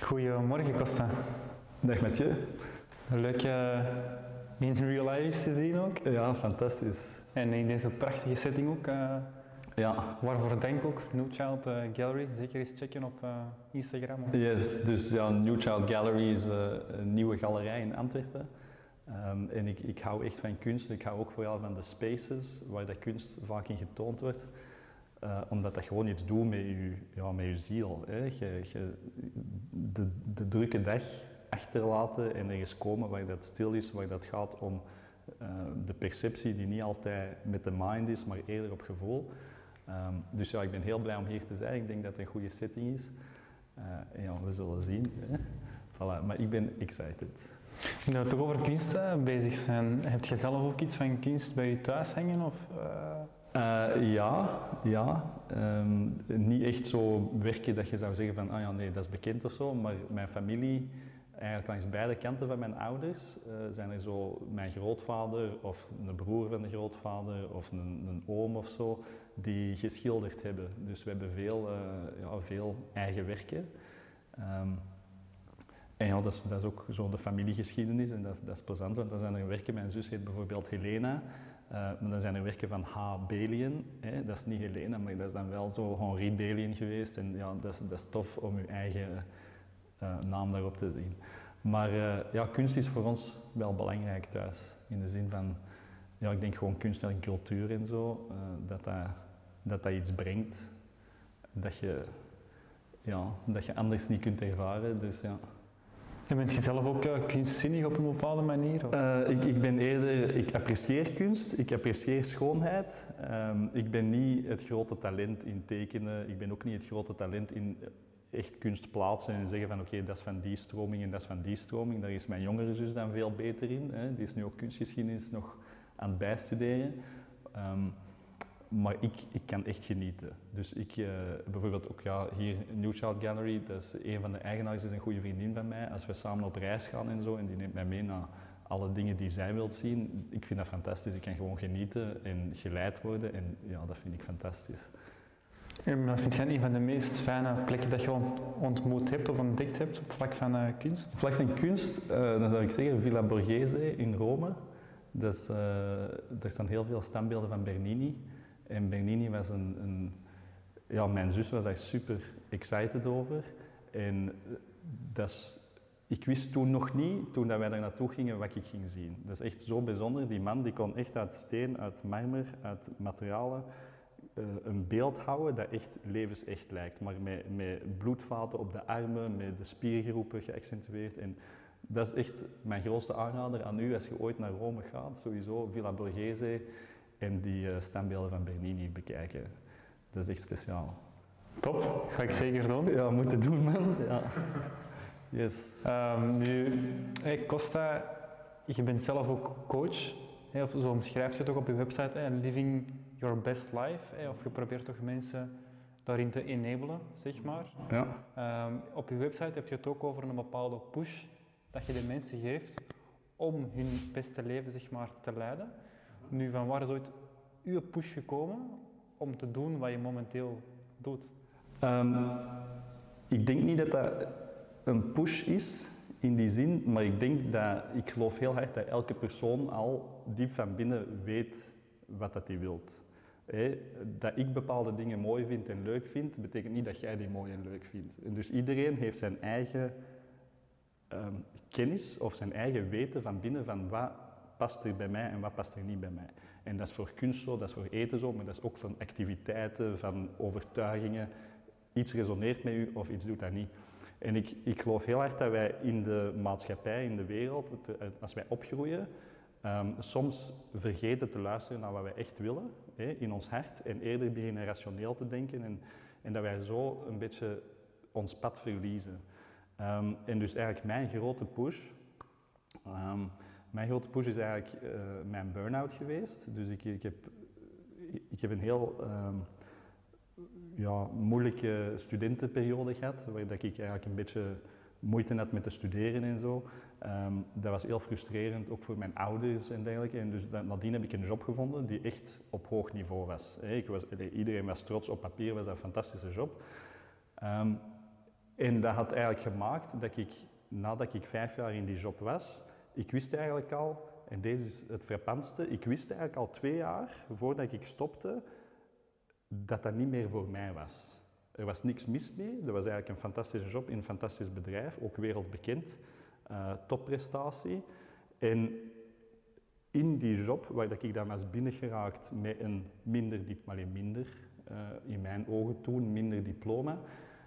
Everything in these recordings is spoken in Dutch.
Goedemorgen, Costa. Dag Mathieu. Leuk je in real life te zien ook. Ja, fantastisch. En in deze prachtige setting ook. Ja. Waarvoor denk ik ook, New Child Gallery. Zeker eens checken op Instagram. Yes, dus ja, New Child Gallery is een nieuwe galerij in Antwerpen. En ik hou echt van kunst. Ik hou ook vooral van de spaces waar dat kunst vaak in getoond wordt. Omdat dat gewoon iets doet met je ziel. Hè. De drukke dag achterlaten en ergens komen waar dat stil is, waar dat gaat om de perceptie die niet altijd met de mind is, maar eerder op gevoel. Dus ja, ik ben heel blij om hier te zijn. Ik denk dat het een goede setting is. En ja, we zullen zien. Hè. Voilà. Maar ik ben excited. Nou, toch over kunst bezig zijn. Heb je zelf ook iets van kunst bij je thuis hangen? Of, Ja. Niet echt zo werken dat je zou zeggen van, ah ja, nee, dat is bekend of zo, maar mijn familie, eigenlijk langs beide kanten van mijn ouders, zijn er zo mijn grootvader of een broer van de grootvader of een oom of zo, die geschilderd hebben. Dus we hebben veel eigen werken. En ja, dat is ook zo de familiegeschiedenis en dat is plezant, want dan zijn er werken, mijn zus heet bijvoorbeeld Helena, maar dan zijn er werken van H. Belien, hè. Dat is niet Helena, maar dat is dan wel zo Henri Belien geweest en ja, dat is tof om je eigen naam daarop te zien. Maar ja, kunst is voor ons wel belangrijk thuis, in de zin van, ja, ik denk gewoon kunst en cultuur en zo, dat iets brengt dat je anders niet kunt ervaren, dus ja. En bent je zelf ook kunstzinnig op een bepaalde manier? Ik apprecieer kunst, ik apprecieer schoonheid. Ik ben niet het grote talent in tekenen, ik ben ook niet het grote talent in echt kunst plaatsen en zeggen van oké, dat is van die stroming en dat is van die stroming. Daar is mijn jongere zus dan veel beter in. Hè. Die is nu ook kunstgeschiedenis nog aan het bijstuderen. Maar ik kan echt genieten. Dus bijvoorbeeld ook hier New Child Gallery, dat is een van de eigenaars, is een goede vriendin van mij. Als we samen op reis gaan en zo, en die neemt mij mee naar alle dingen die zij wil zien, ik vind dat fantastisch. Ik kan gewoon genieten en geleid worden en ja, dat vind ik fantastisch. En wat vind jij een van de meest fijne plekken dat je ontmoet hebt of ontdekt hebt op vlak van kunst? Op vlak van kunst, dan zou ik zeggen Villa Borghese in Rome. Daar staan heel veel standbeelden van Bernini. En Bernini was mijn zus was daar super excited over. En ik wist toen nog niet, toen wij daar naartoe gingen, wat ik ging zien. Dat is echt zo bijzonder. Die man die kon echt uit steen, uit marmer, uit materialen een beeld houden dat echt levensecht lijkt. Maar met bloedvaten op de armen, met de spiergroepen geaccentueerd. En dat is echt mijn grootste aanrader aan u als je ooit naar Rome gaat. Sowieso Villa Borghese en die standbeelden van Bernini bekijken. Dat is echt speciaal. Top, ga ik zeker doen. Ja, moeten doen man. Ja. Yes. Costa, je bent zelf ook coach, of zo omschrijf je het ook op je website, living your best life, of je probeert toch mensen daarin te enablen, zeg maar. Ja. Op je website heb je het ook over een bepaalde push dat je de mensen geeft om hun beste leven, zeg maar, te leiden. Nu, van waar is ooit uw push gekomen om te doen wat je momenteel doet? Ik denk niet dat dat een push is in die zin, maar ik geloof heel hard dat elke persoon al diep van binnen weet wat dat hij wilt. Dat ik bepaalde dingen mooi vind en leuk vind, betekent niet dat jij die mooi en leuk vindt. En dus iedereen heeft zijn eigen kennis of zijn eigen weten van binnen van wat past er bij mij en wat past er niet bij mij. En dat is voor kunst zo, dat is voor eten zo, maar dat is ook van activiteiten, van overtuigingen. Iets resoneert met u of iets doet dat niet. En ik geloof heel erg dat wij in de maatschappij, in de wereld, als wij opgroeien, soms vergeten te luisteren naar wat wij echt willen, in ons hart, en eerder beginnen rationeel te denken en dat wij zo een beetje ons pad verliezen. En dus eigenlijk mijn grote push is eigenlijk mijn burn-out geweest. Dus ik heb een heel moeilijke studentenperiode gehad, waar ik eigenlijk een beetje moeite had met te studeren en zo. Dat was heel frustrerend, ook voor mijn ouders en dergelijke. En dus nadien heb ik een job gevonden die echt op hoog niveau was. Iedereen was trots, op papier was dat een fantastische job. En dat had eigenlijk gemaakt dat ik, nadat ik 5 jaar in die job was, ik wist eigenlijk al, en deze is het frappantste, ik wist eigenlijk al 2 jaar voordat ik stopte, dat dat niet meer voor mij was. Er was niks mis mee, dat was eigenlijk een fantastische job in een fantastisch bedrijf, ook wereldbekend, topprestatie. En in die job, waar dat ik dan was binnengeraakt met een in mijn ogen toen, minder diploma,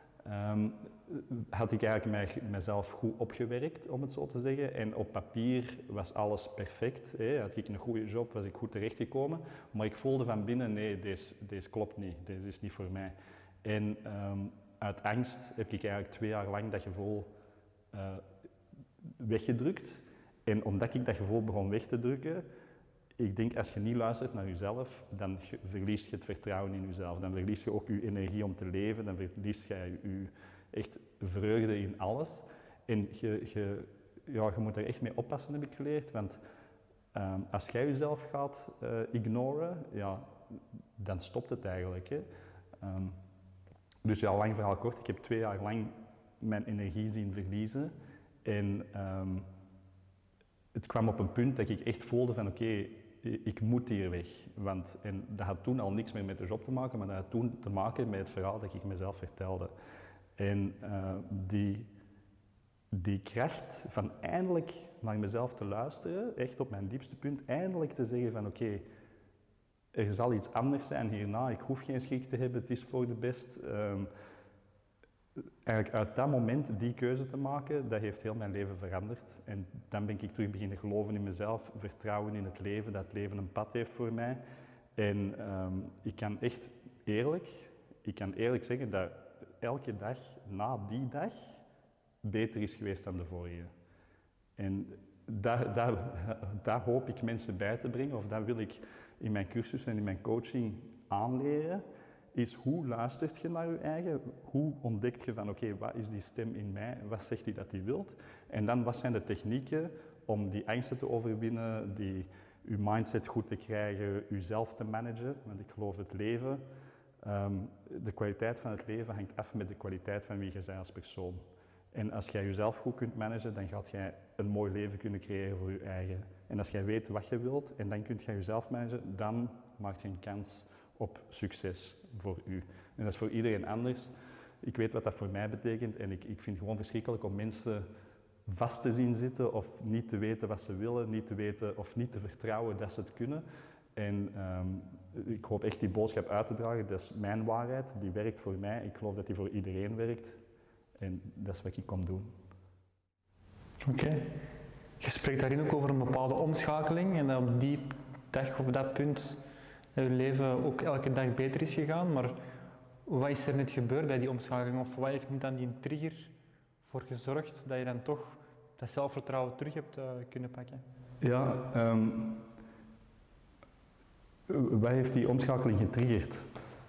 had ik eigenlijk mezelf goed opgewerkt, om het zo te zeggen. En op papier was alles perfect. Had ik een goede job, was ik goed terechtgekomen. Maar ik voelde van binnen, nee, deze klopt niet, deze is niet voor mij. En uit angst heb ik eigenlijk 2 jaar lang dat gevoel weggedrukt. En omdat ik dat gevoel begon weg te drukken, ik denk als je niet luistert naar jezelf, dan verlies je het vertrouwen in jezelf. Dan verlies je ook je energie om te leven, dan verlies je je echt vreugde in alles. En je moet er echt mee oppassen, heb ik geleerd. Want als jij jezelf gaat ignoren, ja, dan stopt het eigenlijk. Hè. Dus ja, lang verhaal kort, ik heb 2 jaar lang mijn energie zien verliezen. En het kwam op een punt dat ik echt voelde van oké, ik moet hier weg. En dat had toen al niks meer met de job te maken, maar dat had toen te maken met het verhaal dat ik mezelf vertelde. En die kracht van eindelijk naar mezelf te luisteren, echt op mijn diepste punt, eindelijk te zeggen van oké, er zal iets anders zijn hierna, ik hoef geen schrik te hebben, het is voor de best. Eigenlijk uit dat moment die keuze te maken, dat heeft heel mijn leven veranderd. En dan ben ik terug beginnen geloven in mezelf, vertrouwen in het leven, dat het leven een pad heeft voor mij. En ik kan echt eerlijk zeggen dat elke dag na die dag beter is geweest dan de vorige. En daar hoop ik mensen bij te brengen, of dat wil ik in mijn cursussen en in mijn coaching aanleren, is hoe luistert je naar je eigen, hoe ontdekt je van oké, wat is die stem in mij, wat zegt die dat die wilt, en dan wat zijn de technieken om die angsten te overwinnen, je mindset goed te krijgen, jezelf te managen, want ik geloof het leven, de kwaliteit van het leven hangt af met de kwaliteit van wie je bent als persoon. En als jij jezelf goed kunt managen, dan gaat jij een mooi leven kunnen creëren voor je eigen. En als jij weet wat je wilt en dan kunt jij jezelf managen, dan maak je een kans op succes voor u. En dat is voor iedereen anders. Ik weet wat dat voor mij betekent en ik vind het gewoon verschrikkelijk om mensen vast te zien zitten of niet te weten wat ze willen, niet te weten of niet te vertrouwen dat ze het kunnen. En ik hoop echt die boodschap uit te dragen. Dat is mijn waarheid, die werkt voor mij. Ik geloof dat die voor iedereen werkt. En dat is wat ik kom doen. Oké. Je spreekt daarin ook over een bepaalde omschakeling en dat op die dag of dat punt je leven ook elke dag beter is gegaan. Maar wat is er net gebeurd bij die omschakeling? Of wat heeft niet dan die trigger voor gezorgd dat je dan toch dat zelfvertrouwen terug hebt kunnen pakken? Ja, wat heeft die omschakeling getriggerd?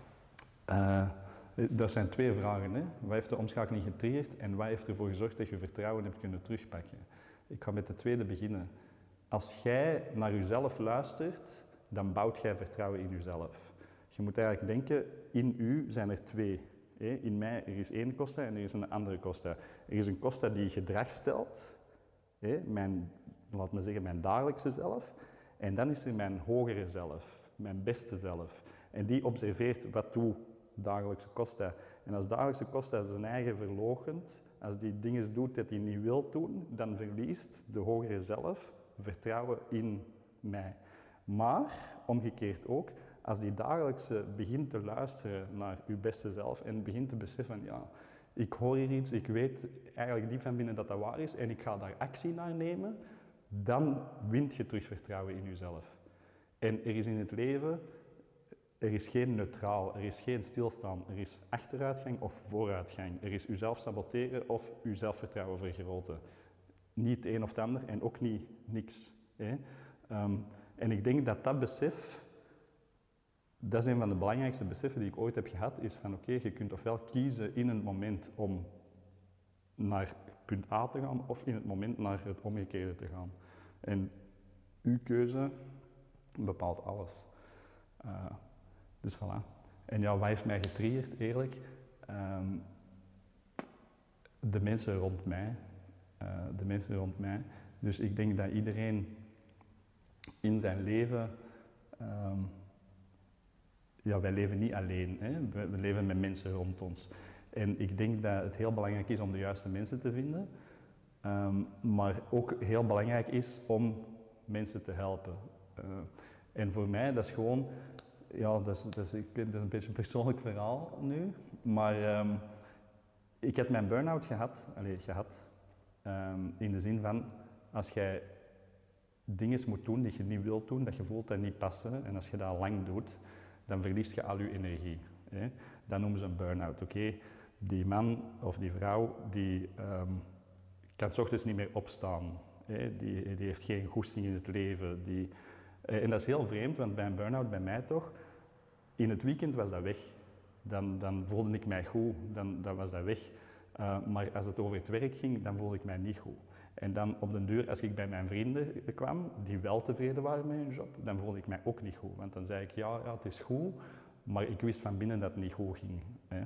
Dat zijn 2 vragen. Hè? Wat heeft de omschakeling getriggerd en wat heeft ervoor gezorgd dat je vertrouwen hebt kunnen terugpakken? Ik ga met de tweede beginnen. Als jij naar jezelf luistert, dan bouwt jij vertrouwen in jezelf. Je moet eigenlijk denken, in u zijn er 2. In mij er is 1 Costa en er is een andere Costa. Er is een Costa die gedrag stelt, laat me zeggen mijn dagelijkse zelf. En dan is er mijn hogere zelf, mijn beste zelf. En die observeert wat doet dagelijkse Costa. En als dagelijkse Costa zijn eigen verloochent, als die dingen doet dat hij niet wil doen, dan verliest de hogere zelf vertrouwen in mij. Maar, omgekeerd ook, als die dagelijkse begint te luisteren naar uw beste zelf en begint te beseffen van ja, ik hoor hier iets, ik weet eigenlijk diep van binnen dat dat waar is en ik ga daar actie naar nemen, dan wint je terug vertrouwen in jezelf. En er is in het leven, er is geen neutraal, er is geen stilstaan, er is achteruitgang of vooruitgang. Er is uzelf saboteren of uw zelfvertrouwen vergroten. Niet het een of het ander en ook niet niks. En ik denk dat dat besef, dat is een van de belangrijkste beseffen die ik ooit heb gehad, is van oké, je kunt ofwel kiezen in een moment om naar punt A te gaan of in het moment naar het omgekeerde te gaan. En uw keuze bepaalt alles. Dus voilà. En ja, wat heeft mij getriggerd, eerlijk? de mensen rond mij. De mensen rond mij. Dus ik denk dat iedereen in zijn leven, ja, wij leven niet alleen, hè? We leven met mensen rond ons. En ik denk dat het heel belangrijk is om de juiste mensen te vinden, maar ook heel belangrijk is om mensen te helpen. En voor mij, dat is gewoon, ja, dat is een beetje een persoonlijk verhaal nu, maar ik heb mijn burn-out gehad, in de zin van, als jij dingen moet doen die je niet wilt doen, dat je voelt dat niet passen, en als je dat lang doet, dan verliest je al je energie. Hè? Dat noemen ze een burn-out. Oké? Die man of die vrouw die kan 's ochtends niet meer opstaan. Hè? Die heeft geen goesting in het leven. En dat is heel vreemd, want bij een burn-out, bij mij toch, in het weekend was dat weg. Dan voelde ik mij goed, dan was dat weg. Maar als het over het werk ging, dan voelde ik mij niet goed. En dan op den duur, als ik bij mijn vrienden kwam, die wel tevreden waren met hun job, dan voelde ik mij ook niet goed. Want dan zei ik, ja, het is goed, maar ik wist van binnen dat het niet goed ging. Hè.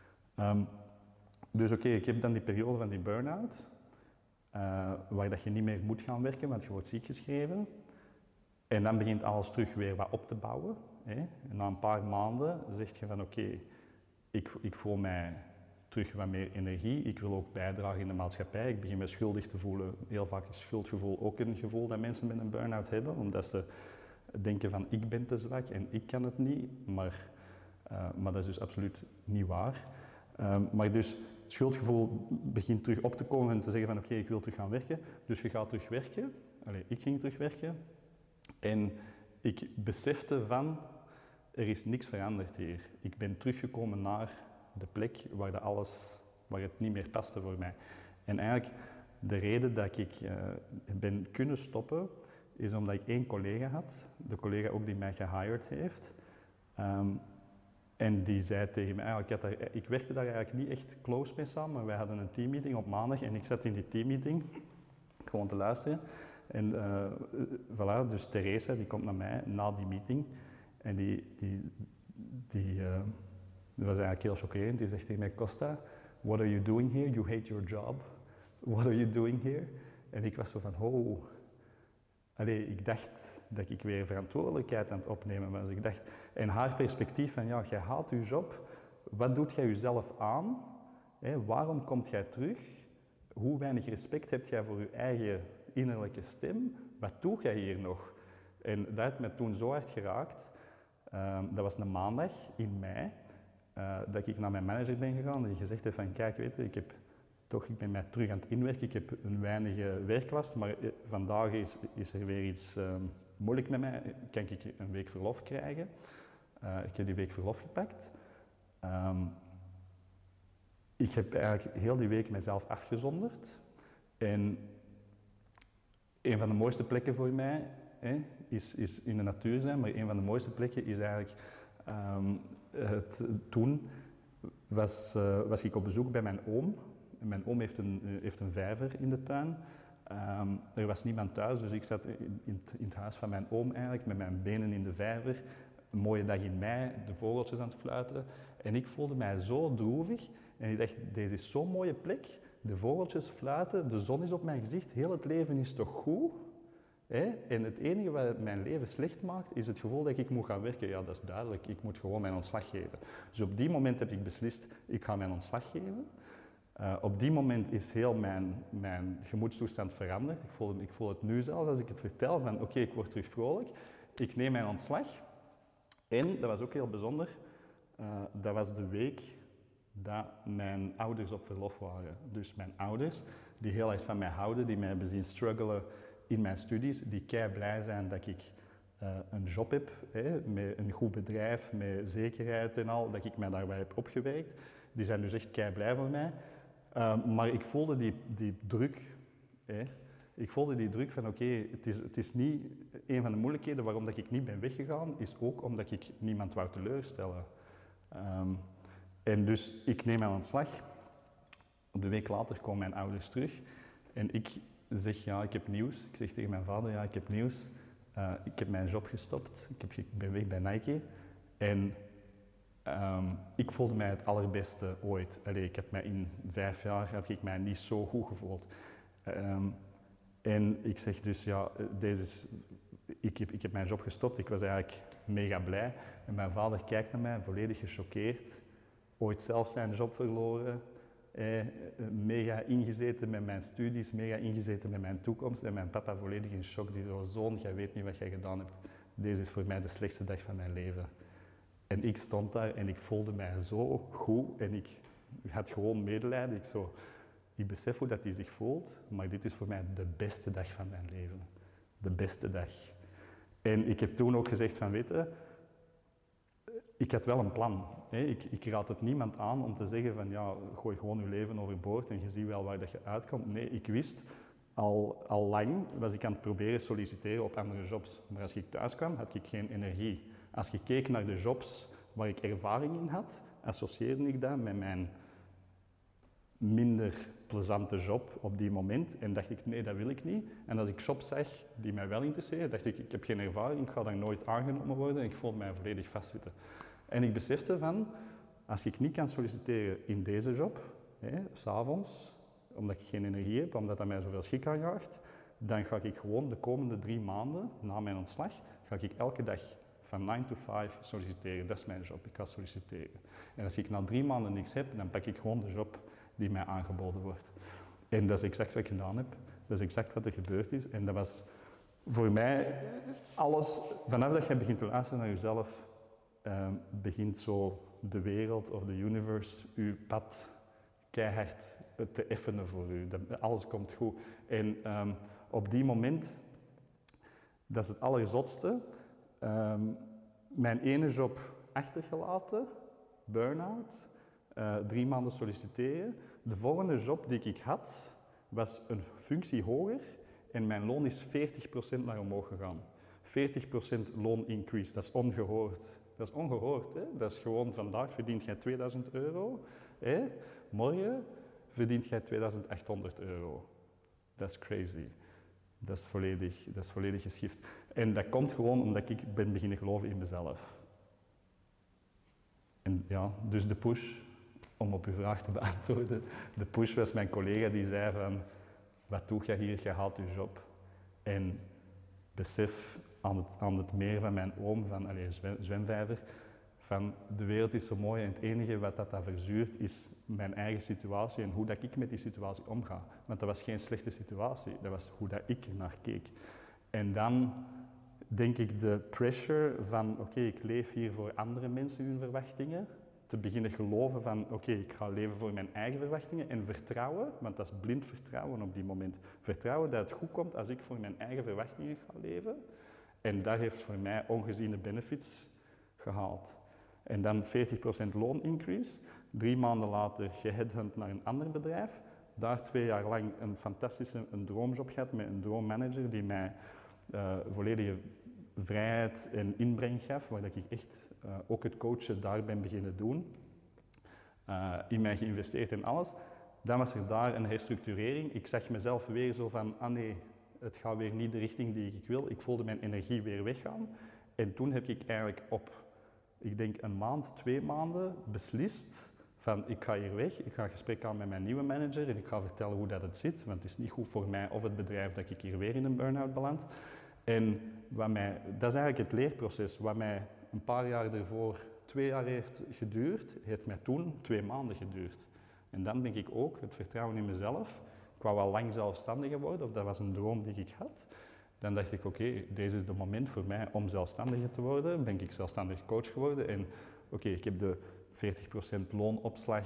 Dus oké, ik heb dan die periode van die burn-out, waar dat je niet meer moet gaan werken, want je wordt ziekgeschreven. En dan begint alles terug weer wat op te bouwen. Hè. En na een paar maanden zeg je van oké, ik voel mij terug wat meer energie. Ik wil ook bijdragen in de maatschappij. Ik begin me schuldig te voelen. Heel vaak is schuldgevoel ook een gevoel dat mensen met een burn-out hebben, omdat ze denken van ik ben te zwak en ik kan het niet, maar dat is dus absoluut niet waar. Maar dus schuldgevoel begint terug op te komen en te zeggen van oké, ik wil terug gaan werken. Dus je gaat terug werken. Allee, ik ging terug werken. En ik besefte van, er is niks veranderd hier. Ik ben teruggekomen naar de plek waar het niet meer paste voor mij. En eigenlijk de reden dat ik ben kunnen stoppen, is omdat ik één collega had, de collega ook die mij gehired heeft. En die zei tegen mij, ik werkte daar eigenlijk niet echt close mee samen, maar wij hadden een teammeeting op maandag en ik zat in die teammeeting gewoon te luisteren. En voilà, dus Theresa die komt naar mij na die meeting en dat was eigenlijk heel chockerend. Die zegt tegen mij, Costa, what are you doing here? You hate your job. What are you doing here? En ik was zo van, oh. Allee, ik dacht dat ik weer verantwoordelijkheid aan het opnemen was. Ik dacht, en haar perspectief van, ja, jij haat je job. Wat doet jij jezelf aan? Waarom komt jij terug? Hoe weinig respect heb jij voor je eigen innerlijke stem? Wat doe jij hier nog? En dat heeft me toen zo hard geraakt. Dat was een maandag in mei. Dat ik naar mijn manager ben gegaan en gezegd heb van kijk, weet je, ik ben mij terug aan het inwerken, ik heb een weinige werklast, maar vandaag is er weer iets moeilijk met mij, kan ik een week verlof krijgen. Ik heb die week verlof gepakt. Ik heb eigenlijk heel die week mezelf afgezonderd en een van de mooiste plekken voor mij is in de natuur zijn, maar een van de mooiste plekken is eigenlijk toen was ik op bezoek bij mijn oom. Mijn oom heeft een vijver in de tuin. Er was niemand thuis, dus ik zat in het huis van mijn oom eigenlijk, met mijn benen in de vijver. Een mooie dag in mei, de vogeltjes aan het fluiten. En ik voelde mij zo droevig. En ik dacht, deze is zo'n mooie plek. De vogeltjes fluiten, de zon is op mijn gezicht, heel het leven is toch goed? En het enige wat mijn leven slecht maakt, is het gevoel dat ik moet gaan werken. Ja, dat is duidelijk, ik moet gewoon mijn ontslag geven. Dus op die moment heb ik beslist, ik ga mijn ontslag geven. Op die moment is heel mijn gemoedstoestand veranderd. Ik voel het nu zelfs als ik het vertel, van oké, ik word terug vrolijk. Ik neem mijn ontslag. En, dat was ook heel bijzonder, dat was de week dat mijn ouders op verlof waren. Dus mijn ouders, die heel erg van mij houden, die mij hebben zien struggelen in mijn studies, die kei blij zijn dat ik een job heb, met een goed bedrijf, met zekerheid en al, dat ik mij daarbij heb opgewerkt. Die zijn dus echt kei blij voor mij. Maar ik voelde die druk. Ik voelde die druk van oké, het is niet een van de moeilijkheden waarom dat ik niet ben weggegaan, is ook omdat ik niemand wou teleurstellen. En dus ik neem mijn ontslag. De week later komen mijn ouders terug en ik zeg ja, ik heb nieuws. Ik zeg tegen mijn vader ja, ik heb nieuws. Ik heb mijn job gestopt. Ik ben weg bij Nike. En Ik voelde mij het allerbeste ooit. Allee, ik had mij in 5 jaar had ik mij niet zo goed gevoeld. En ik zeg dus, ja, ik heb mijn job gestopt. Ik was eigenlijk mega blij. En mijn vader kijkt naar mij, volledig gechoqueerd. Ooit zelf zijn job verloren. Mega ingezeten met mijn studies, mega ingezeten met mijn toekomst. En mijn papa volledig in shock. Die zo, zoon, jij weet niet wat jij gedaan hebt. Deze is voor mij de slechtste dag van mijn leven. En ik stond daar en ik voelde mij zo goed. En ik had gewoon medelijden. Ik besef hoe dat hij zich voelt. Maar dit is voor mij de beste dag van mijn leven. De beste dag. En ik heb toen ook gezegd van, weet je, ik had wel een plan. Ik raad het niemand aan om te zeggen van, ja, gooi gewoon je leven overboord en je ziet wel waar dat je uitkomt. Nee, ik wist, al lang was ik aan het proberen solliciteren op andere jobs. Maar als ik thuis kwam, had ik geen energie. Als je keek naar de jobs waar ik ervaring in had, associeerde ik dat met mijn minder plezante job op die moment. En dacht ik, nee, dat wil ik niet. En als ik jobs zag die mij wel interesseerden, dacht ik heb geen ervaring, ik ga daar nooit aangenomen worden. En ik voelde mij volledig vastzitten. En ik besefte van, als ik niet kan solliciteren in deze job, 's avonds, omdat ik geen energie heb, omdat dat mij zoveel schik aanjaagt, dan ga ik gewoon de komende 3 maanden, na mijn ontslag, ga ik elke dag van 9 to 5 solliciteren. Dat is mijn job, ik ga solliciteren. En als ik na 3 maanden niks heb, dan pak ik gewoon de job die mij aangeboden wordt. En dat is exact wat ik gedaan heb. Dat is exact wat er gebeurd is. En dat was voor mij alles, vanaf dat je begint te luisteren naar jezelf, begint zo de wereld of de universe je pad keihard te effenen voor u. Alles komt goed. En op die moment, dat is het allerzotste, mijn ene job achtergelaten, burn-out, 3 maanden solliciteren. De volgende job die ik had, was een functie hoger en mijn loon is 40% naar omhoog gegaan. 40% loon increase, dat is ongehoord. Dat is ongehoord, hè? Dat is gewoon vandaag verdient jij €2000, hè? Morgen verdient jij €2800. Dat is crazy. Dat is volledig geschift. En dat komt gewoon omdat ik ben beginnen geloven in mezelf. En ja, dus de push, om op uw vraag te beantwoorden, de push was mijn collega die zei van, wat doe jij hier, je haalt je job. En besef aan het meer van mijn oom, van zwemvijver, van de wereld is zo mooi en het enige wat dat verzuurt is mijn eigen situatie en hoe dat ik met die situatie omga. Want dat was geen slechte situatie, dat was hoe dat ik ernaar keek. En dan denk ik de pressure van oké, ik leef hier voor andere mensen hun verwachtingen, te beginnen geloven van oké, ik ga leven voor mijn eigen verwachtingen en vertrouwen, want dat is blind vertrouwen op die moment. Vertrouwen dat het goed komt als ik voor mijn eigen verwachtingen ga leven. En dat heeft voor mij ongeziene benefits gehaald. En dan 40% loon increase. 3 maanden later geheadhunt naar een ander bedrijf. Daar 2 jaar lang een droomjob gehad met een droommanager die mij volledige vrijheid en inbreng gaf, waar ik echt ook het coachen daar ben beginnen doen. In mij geïnvesteerd in alles. Dan was er daar een herstructurering. Ik zag mezelf weer zo van, nee, het gaat weer niet de richting die ik wil. Ik voelde mijn energie weer weggaan. En toen heb ik eigenlijk op, ik denk 1 maand, 2 maanden beslist van ik ga hier weg, ik ga een gesprek aan met mijn nieuwe manager en ik ga vertellen hoe dat het zit, want het is niet goed voor mij of het bedrijf dat ik hier weer in een burn-out beland. En dat is eigenlijk het leerproces, wat mij een paar jaar ervoor 2 jaar heeft geduurd, heeft mij toen 2 maanden geduurd. En dan denk ik ook, het vertrouwen in mezelf, ik wou wel lang zelfstandiger worden, of dat was een droom die ik had. Dan dacht ik, oké, deze is het moment voor mij om zelfstandiger te worden. Ben ik zelfstandig coach geworden en oké, ik heb de 40% loonopslag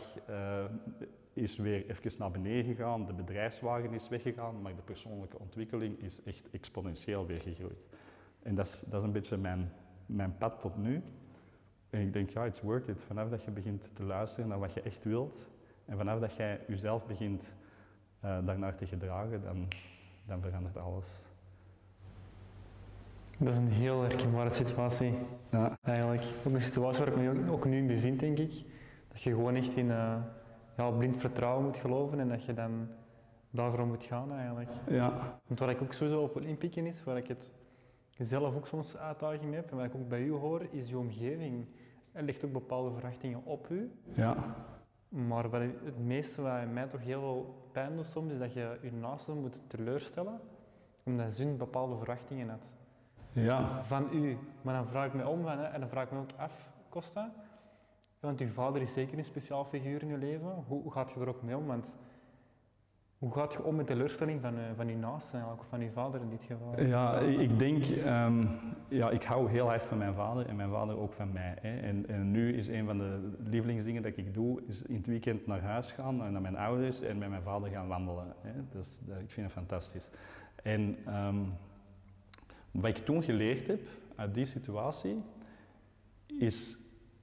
is weer even naar beneden gegaan, de bedrijfswagen is weggegaan, maar de persoonlijke ontwikkeling is echt exponentieel weer gegroeid. En dat is een beetje mijn pad tot nu. En ik denk, ja, it's worth it. Vanaf dat je begint te luisteren naar wat je echt wilt en vanaf dat jij jezelf begint daarnaar te gedragen, dan verandert alles. Dat is een heel herkenbare situatie, ja. Eigenlijk. Ook een situatie waar ik me ook nu in bevind, denk ik. Dat je gewoon echt in blind vertrouwen moet geloven en dat je dan daarvoor moet gaan, eigenlijk. Ja. Want waar ik ook sowieso op wil inpikken is, waar ik het zelf ook soms uitdaging mee heb, en wat ik ook bij u hoor, is je omgeving. hij legt ook bepaalde verwachtingen op u. Ja. Maar het meeste wat mij toch heel veel pijn doet soms, is dat je je naaste moet teleurstellen, omdat ze bepaalde verwachtingen had. Ja. Van u. Maar dan vraag ik me om, en dan vraag ik me ook af, Costa, want uw vader is zeker een speciaal figuur in uw leven. Hoe gaat je er ook mee om? Want hoe gaat je om met de teleurstelling van uw naaste, of van uw vader in dit geval? Ja, ik denk, ja, ik hou heel hard van mijn vader en mijn vader ook van mij. Hè. En nu is een van de lievelingsdingen dat ik doe, is in het weekend naar huis gaan, naar mijn ouders en met mijn vader gaan wandelen. Hè. Dus, ik vind het fantastisch. En wat ik toen geleerd heb uit die situatie, is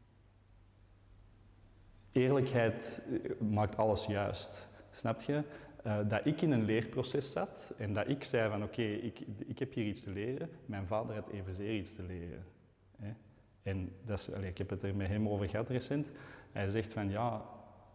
eerlijkheid maakt alles juist. Snap je? Dat ik in een leerproces zat en dat ik zei van oké, ik heb hier iets te leren, mijn vader had evenzeer iets te leren. Hè? En dat is, ik heb het er met hem over gehad recent. Hij zegt van ja,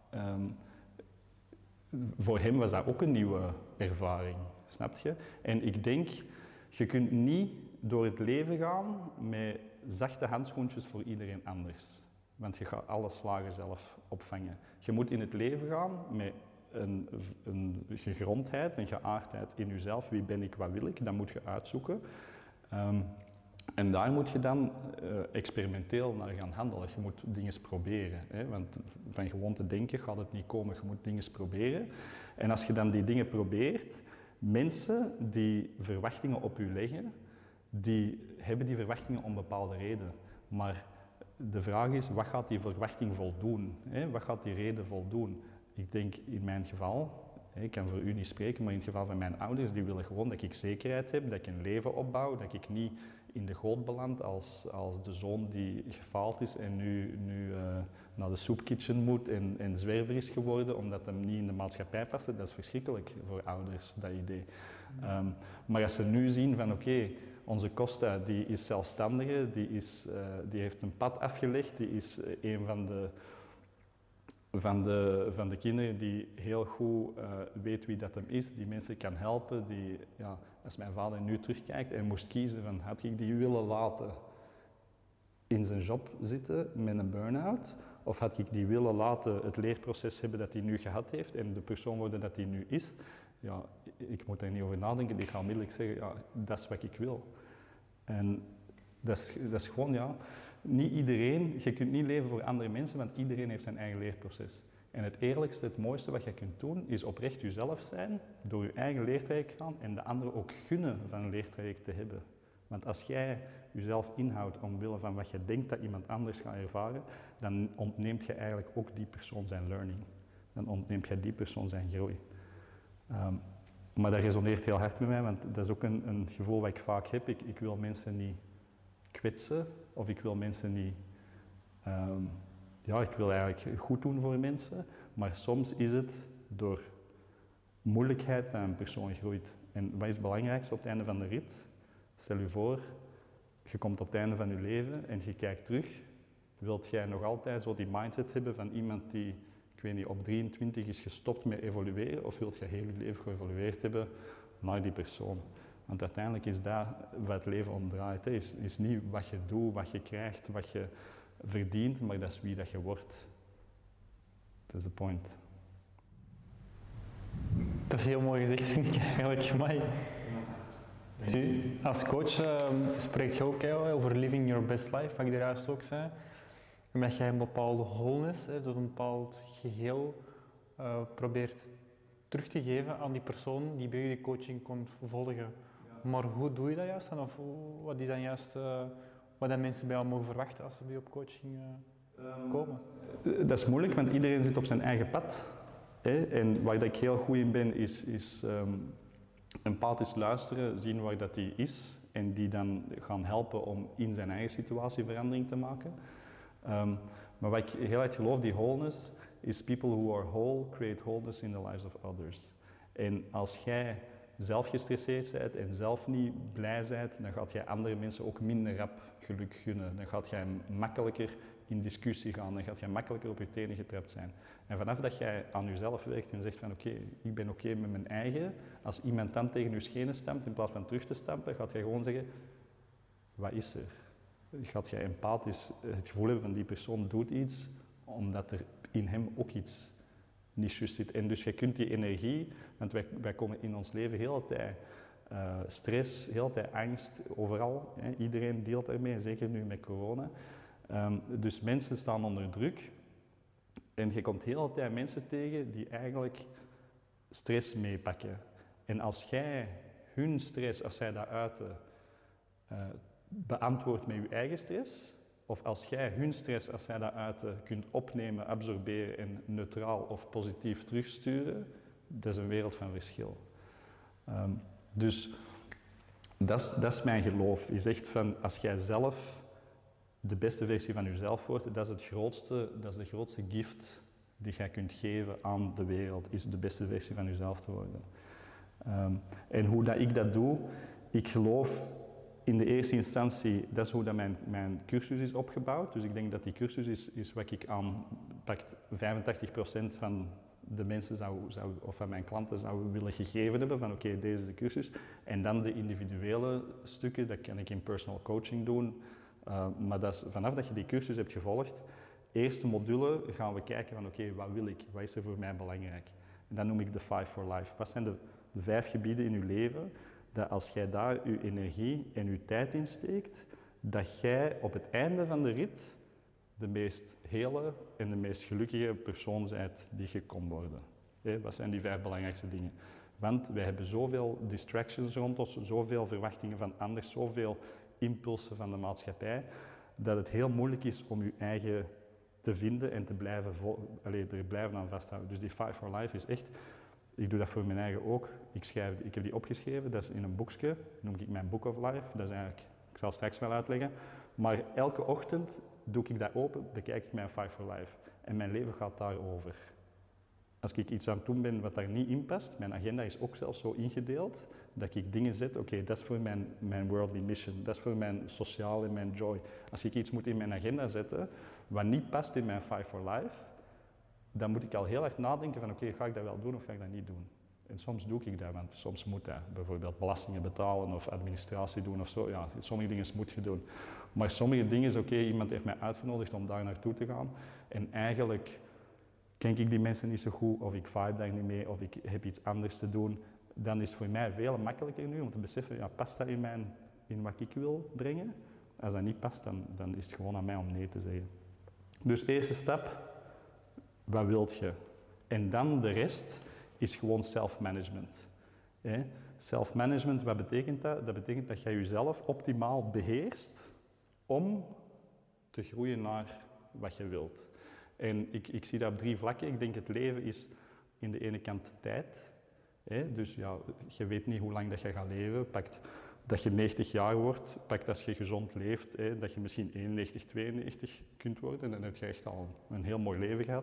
voor hem was dat ook een nieuwe ervaring, snap je? En ik denk, je kunt niet door het leven gaan met zachte handschoentjes voor iedereen anders. Want je gaat alle slagen zelf opvangen. Je moet in het leven gaan met een gegrondheid, een geaardheid in jezelf. Wie ben ik, wat wil ik? Dat moet je uitzoeken. En daar moet je dan experimenteel naar gaan handelen. Je moet dingen proberen. Hè? Want van gewoon te denken gaat het niet komen. Je moet dingen proberen. En als je dan die dingen probeert, mensen die verwachtingen op je leggen, die hebben die verwachtingen om bepaalde reden. Maar de vraag is, wat gaat die verwachting voldoen? Hè? Wat gaat die reden voldoen? Ik denk in mijn geval, ik kan voor u niet spreken, maar in het geval van mijn ouders, die willen gewoon dat ik zekerheid heb, dat ik een leven opbouw, dat ik niet in de goot beland als de zoon die gefaald is en nu naar de soepkitchen moet en zwerver is geworden omdat hem niet in de maatschappij paste. Dat is verschrikkelijk voor ouders, dat idee. Maar als ze nu zien van oké, onze Costa die is zelfstandige, die heeft een pad afgelegd, die is een van de kinderen die heel goed weet wie dat hem is, die mensen kan helpen, die, ja, als mijn vader nu terugkijkt en moest kiezen van had ik die willen laten in zijn job zitten met een burn-out, of had ik die willen laten het leerproces hebben dat hij nu gehad heeft en de persoon worden dat hij nu is, ja, ik moet daar niet over nadenken, ik ga onmiddellijk zeggen, ja, dat is wat ik wil. En dat is gewoon, ja, niet iedereen, je kunt niet leven voor andere mensen, want iedereen heeft zijn eigen leerproces. En het eerlijkste, het mooiste wat je kunt doen, is oprecht jezelf zijn, door je eigen leertraject gaan en de anderen ook gunnen van een leertraject te hebben. Want als jij jezelf inhoudt omwille van wat je denkt dat iemand anders gaat ervaren, dan ontneemt je eigenlijk ook die persoon zijn learning. Dan ontneemt je die persoon zijn groei. Maar dat resoneert heel hard met mij, want dat is ook een gevoel wat ik vaak heb. Ik wil mensen niet kwetsen of ik wil mensen niet... ja, ik wil eigenlijk goed doen voor mensen, maar soms is het door moeilijkheid dat een persoon groeit. En wat is het belangrijkste op het einde van de rit? Stel je voor, je komt op het einde van je leven en je kijkt terug. Wilt jij nog altijd zo die mindset hebben van iemand die, ik weet niet, op 23 is gestopt met evolueren, of wilt je heel je leven geëvolueerd hebben naar die persoon? Want uiteindelijk is dat wat het leven om draait. Is niet wat je doet, wat je krijgt, wat je verdient, maar dat is wie dat je wordt. Dat is de point. Dat is heel mooi gezegd, vind ik eigenlijk. Amai. U, als coach spreekt je ook over living your best life, wat ik er juist ook zei. En dat jij een bepaalde wholeness, dus een bepaald geheel, probeert terug te geven aan die persoon die bij je de coaching kon volgen. Ja. Maar hoe doe je dat juist dan? Of wat is dan juist wat dat mensen bij jou mogen verwachten als ze bij je op coaching komen? Dat is moeilijk, want iedereen zit op zijn eigen pad. Hè? En waar ik heel goed in ben, is empathisch luisteren, zien waar dat die is en die dan gaan helpen om in zijn eigen situatie verandering te maken. Maar wat ik heel erg geloof, die wholeness, is people who are whole create wholeness in the lives of others. En als jij zelf gestresseerd bent en zelf niet blij bent, dan gaat jij andere mensen ook minder rap geluk gunnen. Dan gaat jij makkelijker in discussie gaan, dan gaat jij makkelijker op je tenen getrapt zijn. En vanaf dat jij aan jezelf werkt en zegt van oké, ik ben oké met mijn eigen, als iemand dan tegen je schenen stampt in plaats van terug te stampen, gaat jij gewoon zeggen, wat is er? gaat jij empathisch het gevoel hebben van die persoon doet iets, omdat er in hem ook iets niet juist zit. En dus je kunt die energie, want wij komen in ons leven heel de tijd stress, heel de tijd angst, overal. Hè. Iedereen deelt daarmee, zeker nu met corona. Dus mensen staan onder druk. En je komt heel de tijd mensen tegen die eigenlijk stress meepakken. En als jij hun stress, als zij dat uiten, beantwoordt met je eigen stress, of als jij hun stress, als zij dat uiten, kunt opnemen, absorberen en neutraal of positief terugsturen, dat is een wereld van verschil. Dus dat is mijn geloof. Je zegt van, als jij zelf de beste versie van jezelf wordt, dat is de grootste gift die jij kunt geven aan de wereld, is de beste versie van jezelf te worden. En hoe dat ik dat doe, ik geloof in de eerste instantie, dat is hoe dat mijn cursus is opgebouwd. Dus ik denk dat die cursus is wat ik aan pakt 85% van de mensen of van mijn klanten zou willen gegeven hebben van oké, deze is de cursus. En dan de individuele stukken, dat kan ik in personal coaching doen. Maar dat is, vanaf dat je die cursus hebt gevolgd, eerste module gaan we kijken van oké, wat wil ik? Wat is er voor mij belangrijk? En dat noem ik de 5 for Life. Wat zijn de 5 gebieden in je leven dat als jij daar je energie en je tijd in steekt, dat jij op het einde van de rit de meest hele en de meest gelukkige persoon bent die je kon worden. Wat zijn die 5 belangrijkste dingen? Want wij hebben zoveel distractions rond ons, zoveel verwachtingen van anderen, zoveel impulsen van de maatschappij, dat het heel moeilijk is om je eigen te vinden en te blijven, er blijven aan vasthouden. Dus die 5 for Life is echt, ik doe dat voor mijn eigen ook. Ik heb die opgeschreven, dat is in een boekje, noem ik mijn Book of Life. Dat is eigenlijk, ik zal straks wel uitleggen. Maar elke ochtend doe ik dat open, bekijk ik mijn 5 for Life. En mijn leven gaat daarover. Als ik iets aan het doen ben wat daar niet in past, mijn agenda is ook zelfs zo ingedeeld, dat ik dingen zet, oké, dat is voor mijn worldly mission, dat is voor mijn sociaal en mijn joy. Als ik iets moet in mijn agenda zetten, wat niet past in mijn 5 for Life, dan moet ik al heel erg nadenken van oké, ga ik dat wel doen of ga ik dat niet doen? En soms doe ik dat, want soms moet dat. Bijvoorbeeld belastingen betalen of administratie doen of zo. Ja, sommige dingen moet je doen. Maar sommige dingen is oké, iemand heeft mij uitgenodigd om daar naartoe te gaan. En eigenlijk ken ik die mensen niet zo goed, of ik vibe daar niet mee, of ik heb iets anders te doen. Dan is het voor mij veel makkelijker nu om te beseffen, ja, past dat in wat ik wil brengen? Als dat niet past, dan is het gewoon aan mij om nee te zeggen. Dus eerste stap, wat wilt je? En dan de rest is gewoon self-management. Self-management, wat betekent dat? Dat betekent dat jij jezelf optimaal beheerst om te groeien naar wat je wilt. En ik zie dat op 3 vlakken. Ik denk het leven is in de ene kant tijd. Dus ja, je weet niet hoe lang dat je gaat leven. Pakt dat je 90 jaar wordt, pakt als je gezond leeft, dat je misschien 91, 92 kunt worden. En dan heb je echt al een heel mooi leven gehad.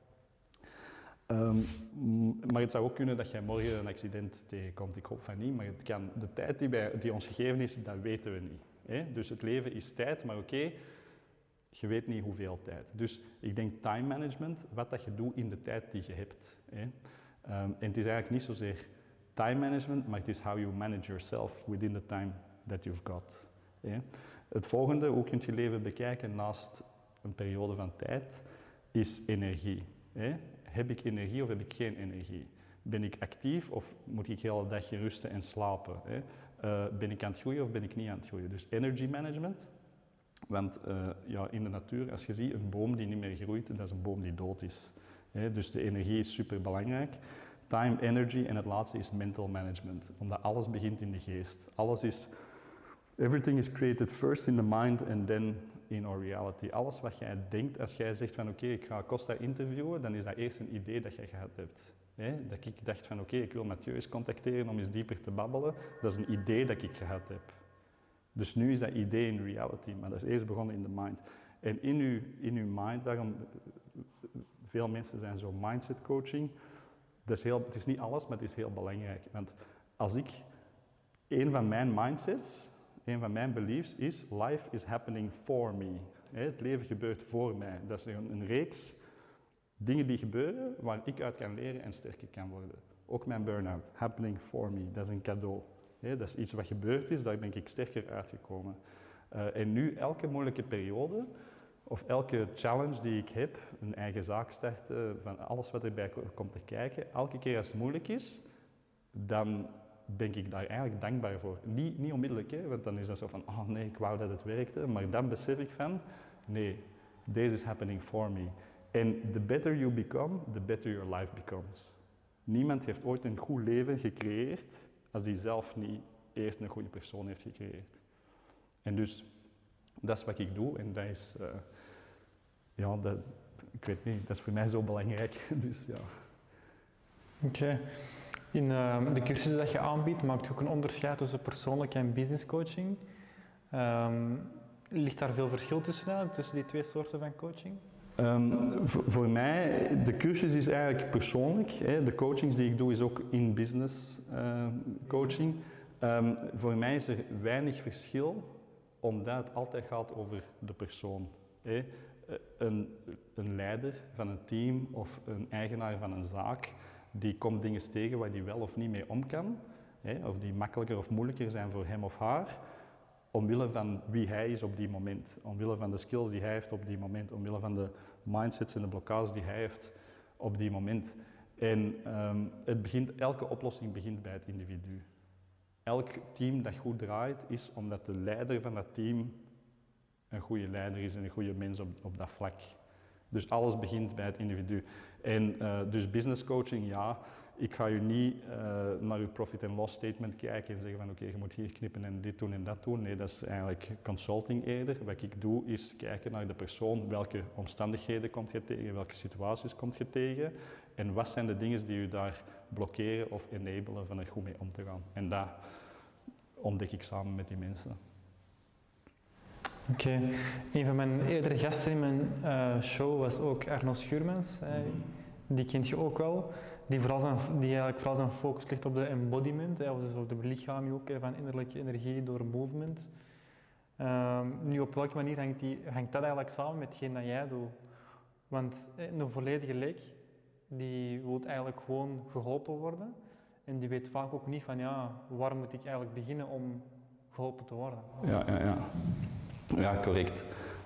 Maar het zou ook kunnen dat jij morgen een accident tegenkomt. Ik hoop van niet, maar het kan, de tijd die ons gegeven is, dat weten we niet. Dus het leven is tijd, maar oké, je weet niet hoeveel tijd. Dus ik denk time management, wat dat je doet in de tijd die je hebt. En het is eigenlijk niet zozeer time management, maar het is how you manage yourself within the time that you've got. Het volgende, hoe kun je leven bekijken naast een periode van tijd, is energie. Heb ik energie of heb ik geen energie? Ben ik actief of moet ik de hele dag rusten en slapen? Ben ik aan het groeien of ben ik niet aan het groeien? Dus energy management. Want in de natuur, als je ziet een boom die niet meer groeit, dat is een boom die dood is. Dus de energie is super belangrijk. Time, energy en het laatste is mental management. Omdat alles begint in de geest. Everything is created first in the mind and then in our reality. Alles wat jij denkt, als jij zegt van oké, ik ga Costa interviewen, dan is dat eerst een idee dat jij gehad hebt. Dat ik dacht van oké, ik wil Mathieu eens contacteren om eens dieper te babbelen. Dat is een idee dat ik gehad heb. Dus nu is dat idee in reality, maar dat is eerst begonnen in de mind. En in uw mind, daarom, veel mensen zijn zo mindset coaching. Het is niet alles, maar het is heel belangrijk. Want als een van mijn mindsets, een van mijn beliefs is, life is happening for me. Het leven gebeurt voor mij. Dat is een reeks dingen die gebeuren waar ik uit kan leren en sterker kan worden. Ook mijn burn-out, happening for me, dat is een cadeau. Dat is iets wat gebeurd is, daar ben ik sterker uitgekomen. En nu, elke moeilijke periode, of elke challenge die ik heb, een eigen zaak starten, van alles wat erbij komt te kijken, elke keer als het moeilijk is, dan ben ik daar eigenlijk dankbaar voor. Niet onmiddellijk, hè, want dan is dat zo van, oh nee, ik wou dat het werkte, maar dan besef ik van, nee, this is happening for me. En the better you become, the better your life becomes. Niemand heeft ooit een goed leven gecreëerd als hij zelf niet eerst een goede persoon heeft gecreëerd. En dus, dat is wat ik doe en dat is, ik weet niet, dat is voor mij zo belangrijk. Dus, ja. Oké. In de cursussen dat je aanbiedt, maak je ook een onderscheid tussen persoonlijke en business coaching. Ligt daar veel verschil tussen die twee soorten van coaching? Voor mij, de cursus is eigenlijk persoonlijk. Hè. De coachings die ik doe is ook in business coaching. Voor mij is er weinig verschil, omdat het altijd gaat over de persoon. Hè. Een leider van een team of een eigenaar van een zaak, die komt dingen tegen waar die wel of niet mee om kan. Hè, of die makkelijker of moeilijker zijn voor hem of haar. Omwille van wie hij is op die moment. Omwille van de skills die hij heeft op die moment. Omwille van de mindsets en de blokkades die hij heeft op die moment. En elke oplossing begint bij het individu. Elk team dat goed draait is omdat de leider van dat team een goede leider is en een goede mens op dat vlak. Dus alles begint bij het individu. En dus business coaching, ja, ik ga je niet naar je profit and loss statement kijken en zeggen van oké, je moet hier knippen en dit doen en dat doen. Nee, dat is eigenlijk consulting eerder. Wat ik doe is kijken naar de persoon, welke omstandigheden komt je tegen, welke situaties komt je tegen en wat zijn de dingen die je daar blokkeren of enablen van er goed mee om te gaan. En dat ontdek ik samen met die mensen. Oké. Een van mijn eerdere gasten in mijn show was ook Arno Schuurmans. Die kent je ook wel. Die eigenlijk vooral zijn focus ligt op de embodiment, dus op de belichaming ook van innerlijke energie door movement. Nu, op welke manier hangt dat eigenlijk samen met hetgeen dat jij doet? Want een volledige leek, die wil eigenlijk gewoon geholpen worden. En die weet vaak ook niet van, ja, waar moet ik eigenlijk beginnen om geholpen te worden? Ja, correct.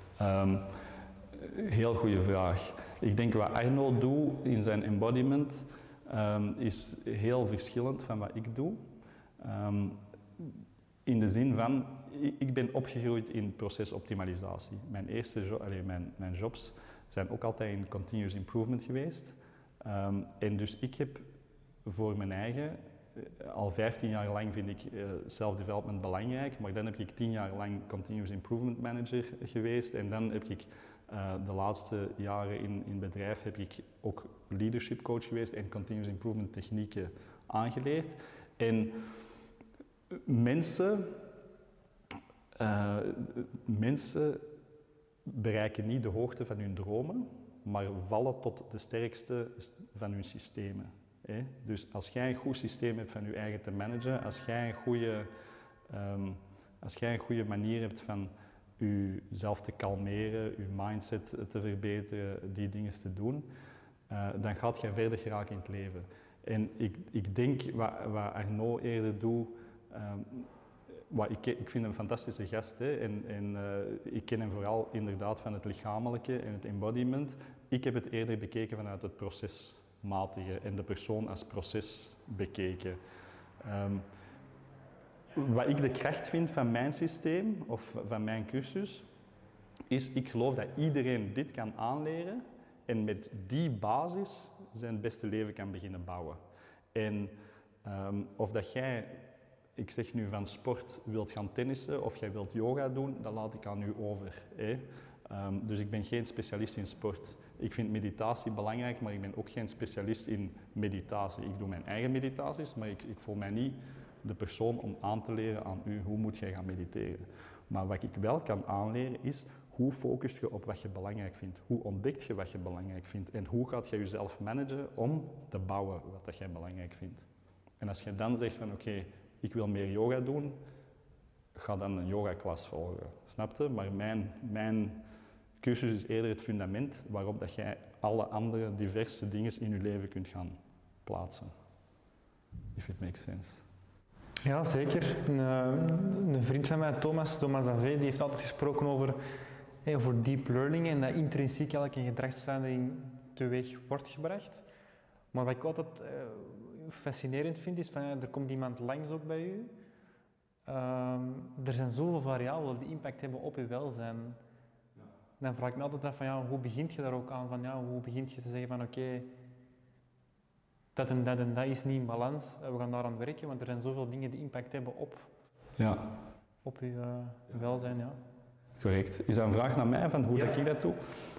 Heel goede vraag. Ik denk wat Arno doet in zijn embodiment is heel verschillend van wat ik doe. In de zin van, ik ben opgegroeid in procesoptimalisatie. Mijn jobs zijn ook altijd in continuous improvement geweest. En dus ik heb voor mijn eigen, al 15 jaar lang vind ik self-development belangrijk, maar dan heb ik 10 jaar lang continuous improvement manager geweest en dan heb ik de laatste jaren in bedrijf heb ik ook leadership coach geweest en continuous improvement technieken aangeleerd. En mensen bereiken niet de hoogte van hun dromen, maar vallen tot de sterkste van hun systemen. Dus als jij een goed systeem hebt van je eigen te managen, als jij een goede manier hebt van jezelf te kalmeren, je mindset te verbeteren, die dingen te doen, dan gaat je verder geraken in het leven. En ik denk wat Arno eerder doet, ik vind hem een fantastische gast, hè, en ik ken hem vooral inderdaad van het lichamelijke en het embodiment. Ik heb het eerder bekeken vanuit het procesmatige en de persoon als proces bekeken. Wat ik de kracht vind van mijn systeem of van mijn cursus, is ik geloof dat iedereen dit kan aanleren en met die basis zijn beste leven kan beginnen bouwen. En of dat jij, ik zeg nu van sport, wilt gaan tennissen of jij wilt yoga doen, dat laat ik aan u over. Dus ik ben geen specialist in sport. Ik vind meditatie belangrijk, maar ik ben ook geen specialist in meditatie. Ik doe mijn eigen meditaties, maar ik voel mij niet de persoon om aan te leren aan u hoe moet jij gaan mediteren. Maar wat ik wel kan aanleren is hoe focust je op wat je belangrijk vindt. Hoe ontdekt je wat je belangrijk vindt en hoe gaat je jezelf managen om te bouwen wat dat jij belangrijk vindt. En als je dan zegt van oké, ik wil meer yoga doen, ga dan een yogaklas volgen. Snap je? Maar mijn cursus is eerder het fundament waarop dat jij alle andere diverse dingen in je leven kunt gaan plaatsen. If it makes sense. Ja, zeker. Een vriend van mij, Thomas Davé, die heeft altijd gesproken over deep learning en dat intrinsiek elke gedragsverandering teweeg wordt gebracht. Maar wat ik altijd fascinerend vind, is van er komt iemand langs ook bij u. Er zijn zoveel variabelen die impact hebben op uw welzijn. Ja. Dan vraag ik me altijd af van hoe begint je daar ook aan? Hoe begint je te zeggen van oké, dat en dat is niet in balans, we gaan daaraan werken, want er zijn zoveel dingen die impact hebben op uw welzijn. Ja. Correct. Is dat een vraag naar mij van hoe dat ik dat doe?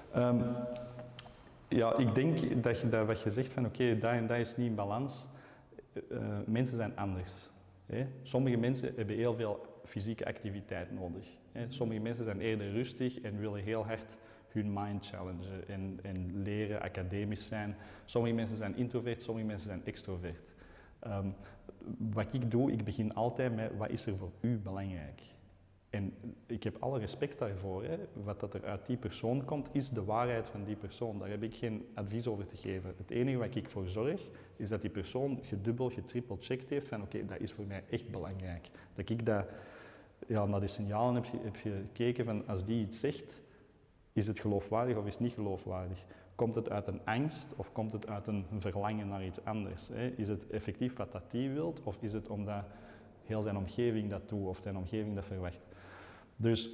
Ja, ik denk dat wat je zegt van oké, dat en dat is niet in balans. Mensen zijn anders. Hè? Sommige mensen hebben heel veel fysieke activiteit nodig. Hè? Sommige mensen zijn eerder rustig en willen heel hard hun mind challengen en leren academisch zijn. Sommige mensen zijn introvert, sommige mensen zijn extrovert. Wat ik doe, ik begin altijd met wat is er voor u belangrijk? En ik heb alle respect daarvoor. Hè. Wat dat er uit die persoon komt, is de waarheid van die persoon. Daar heb ik geen advies over te geven. Het enige waar ik voor zorg, is dat die persoon gedubbel, getrippel checkt heeft van oké, dat is voor mij echt belangrijk. Dat ik dat, naar die signalen heb gekeken van als die iets zegt, is het geloofwaardig of is het niet geloofwaardig? Komt het uit een angst of komt het uit een verlangen naar iets anders? Hè? Is het effectief wat dat die wilt of is het omdat heel zijn omgeving dat doet of zijn omgeving dat verwacht? Dus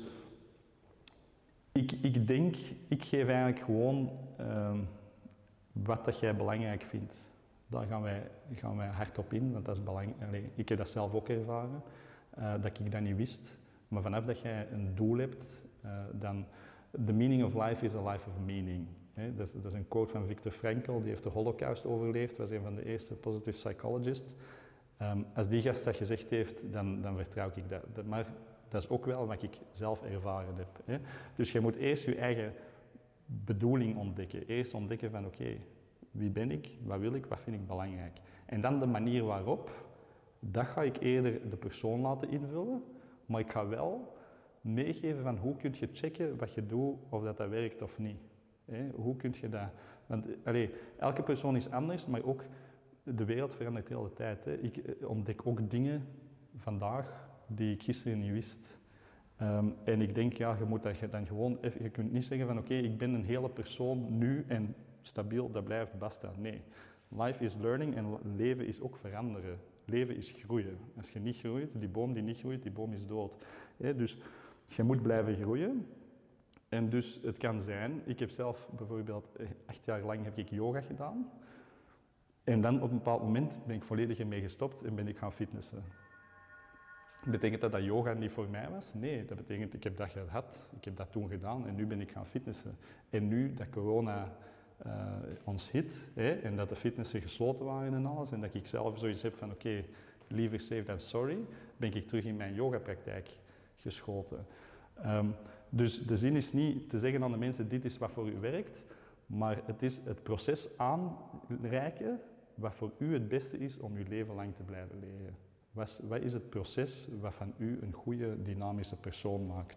ik denk, ik geef eigenlijk gewoon wat dat jij belangrijk vindt. Daar gaan wij hard op in, want dat is belangrijk. Ik heb dat zelf ook ervaren, dat ik dat niet wist. Maar vanaf dat jij een doel hebt, dan... The meaning of life is a life of meaning. Dat is een quote van Viktor Frankl, die heeft de Holocaust overleefd, was een van de eerste positive psychologists. Als die gast dat gezegd heeft, dan vertrouw ik dat. Maar dat is ook wel wat ik zelf ervaren heb. Hè. Dus je moet eerst je eigen bedoeling ontdekken. Eerst ontdekken van oké, wie ben ik, wat wil ik, wat vind ik belangrijk. En dan de manier waarop, dat ga ik eerder de persoon laten invullen, maar ik ga wel meegeven van hoe kun je checken wat je doet, of dat werkt of niet. Hoe kun je dat... Want elke persoon is anders, maar ook de wereld verandert de hele tijd. Ik ontdek ook dingen vandaag die ik gisteren niet wist. En ik denk, je moet dat dan gewoon... Je kunt niet zeggen van oké, ik ben een hele persoon nu en stabiel, dat blijft basta. Nee. Life is learning en leven is ook veranderen. Leven is groeien. Als je niet groeit, die boom die niet groeit, die boom is dood. Dus je moet blijven groeien. En dus het kan zijn, ik heb zelf bijvoorbeeld 8 jaar lang heb ik yoga gedaan. En dan op een bepaald moment ben ik volledig ermee gestopt en ben ik gaan fitnessen. Betekent dat dat yoga niet voor mij was? Nee, dat betekent ik heb dat gehad, ik heb dat toen gedaan en nu ben ik gaan fitnessen. En nu dat corona ons hit en dat de fitnessen gesloten waren en alles en dat ik zelf zoiets heb van oké, liever safe than sorry, ben ik terug in mijn yogapraktijk geschoten. Dus de zin is niet te zeggen aan de mensen dit is wat voor u werkt, maar het is het proces aanreiken wat voor u het beste is om uw leven lang te blijven leren. Wat is het proces wat van u een goede, dynamische persoon maakt?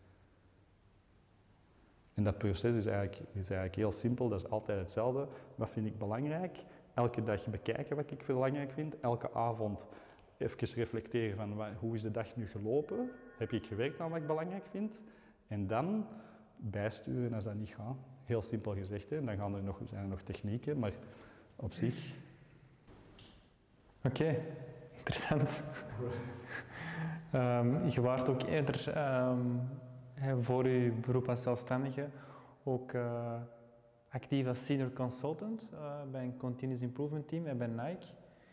En dat proces is eigenlijk heel simpel, dat is altijd hetzelfde. Wat vind ik belangrijk? Elke dag bekijken wat ik belangrijk vind. Elke avond even reflecteren van hoe is de dag nu gelopen? Heb ik gewerkt aan wat ik belangrijk vind? En dan bijsturen als dat niet gaat. Heel simpel gezegd, hè. Dan zijn er nog technieken, maar op zich... Oké, interessant. Je waart ook eerder voor je beroep als zelfstandige ook actief als senior consultant bij een continuous improvement team en bij Nike.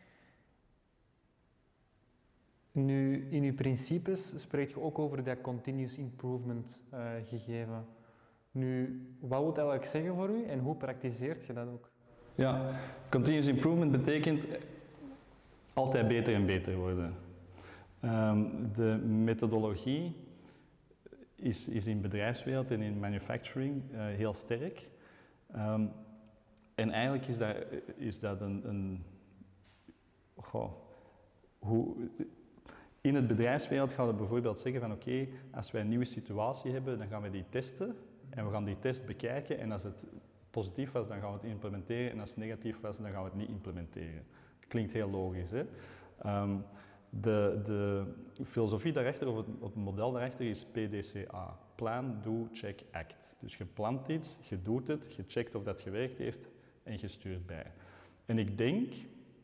Nu, in uw principes spreekt je ook over dat continuous improvement gegeven. Nu, wat wil dat eigenlijk zeggen voor u en hoe praktiseert je dat ook? Ja, continuous improvement betekent altijd beter en beter worden. De methodologie is in bedrijfswereld en in manufacturing heel sterk. En eigenlijk is dat in het bedrijfswereld gaan we bijvoorbeeld zeggen van oké, als wij een nieuwe situatie hebben, dan gaan we die testen en we gaan die test bekijken en als het positief was, dan gaan we het implementeren en als het negatief was, dan gaan we het niet implementeren. Klinkt heel logisch, hè? De filosofie daarachter, of het model daarachter, is PDCA. Plan, do, check, act. Dus je plant iets, je doet het, je checkt of dat gewerkt heeft en je stuurt bij. En ik denk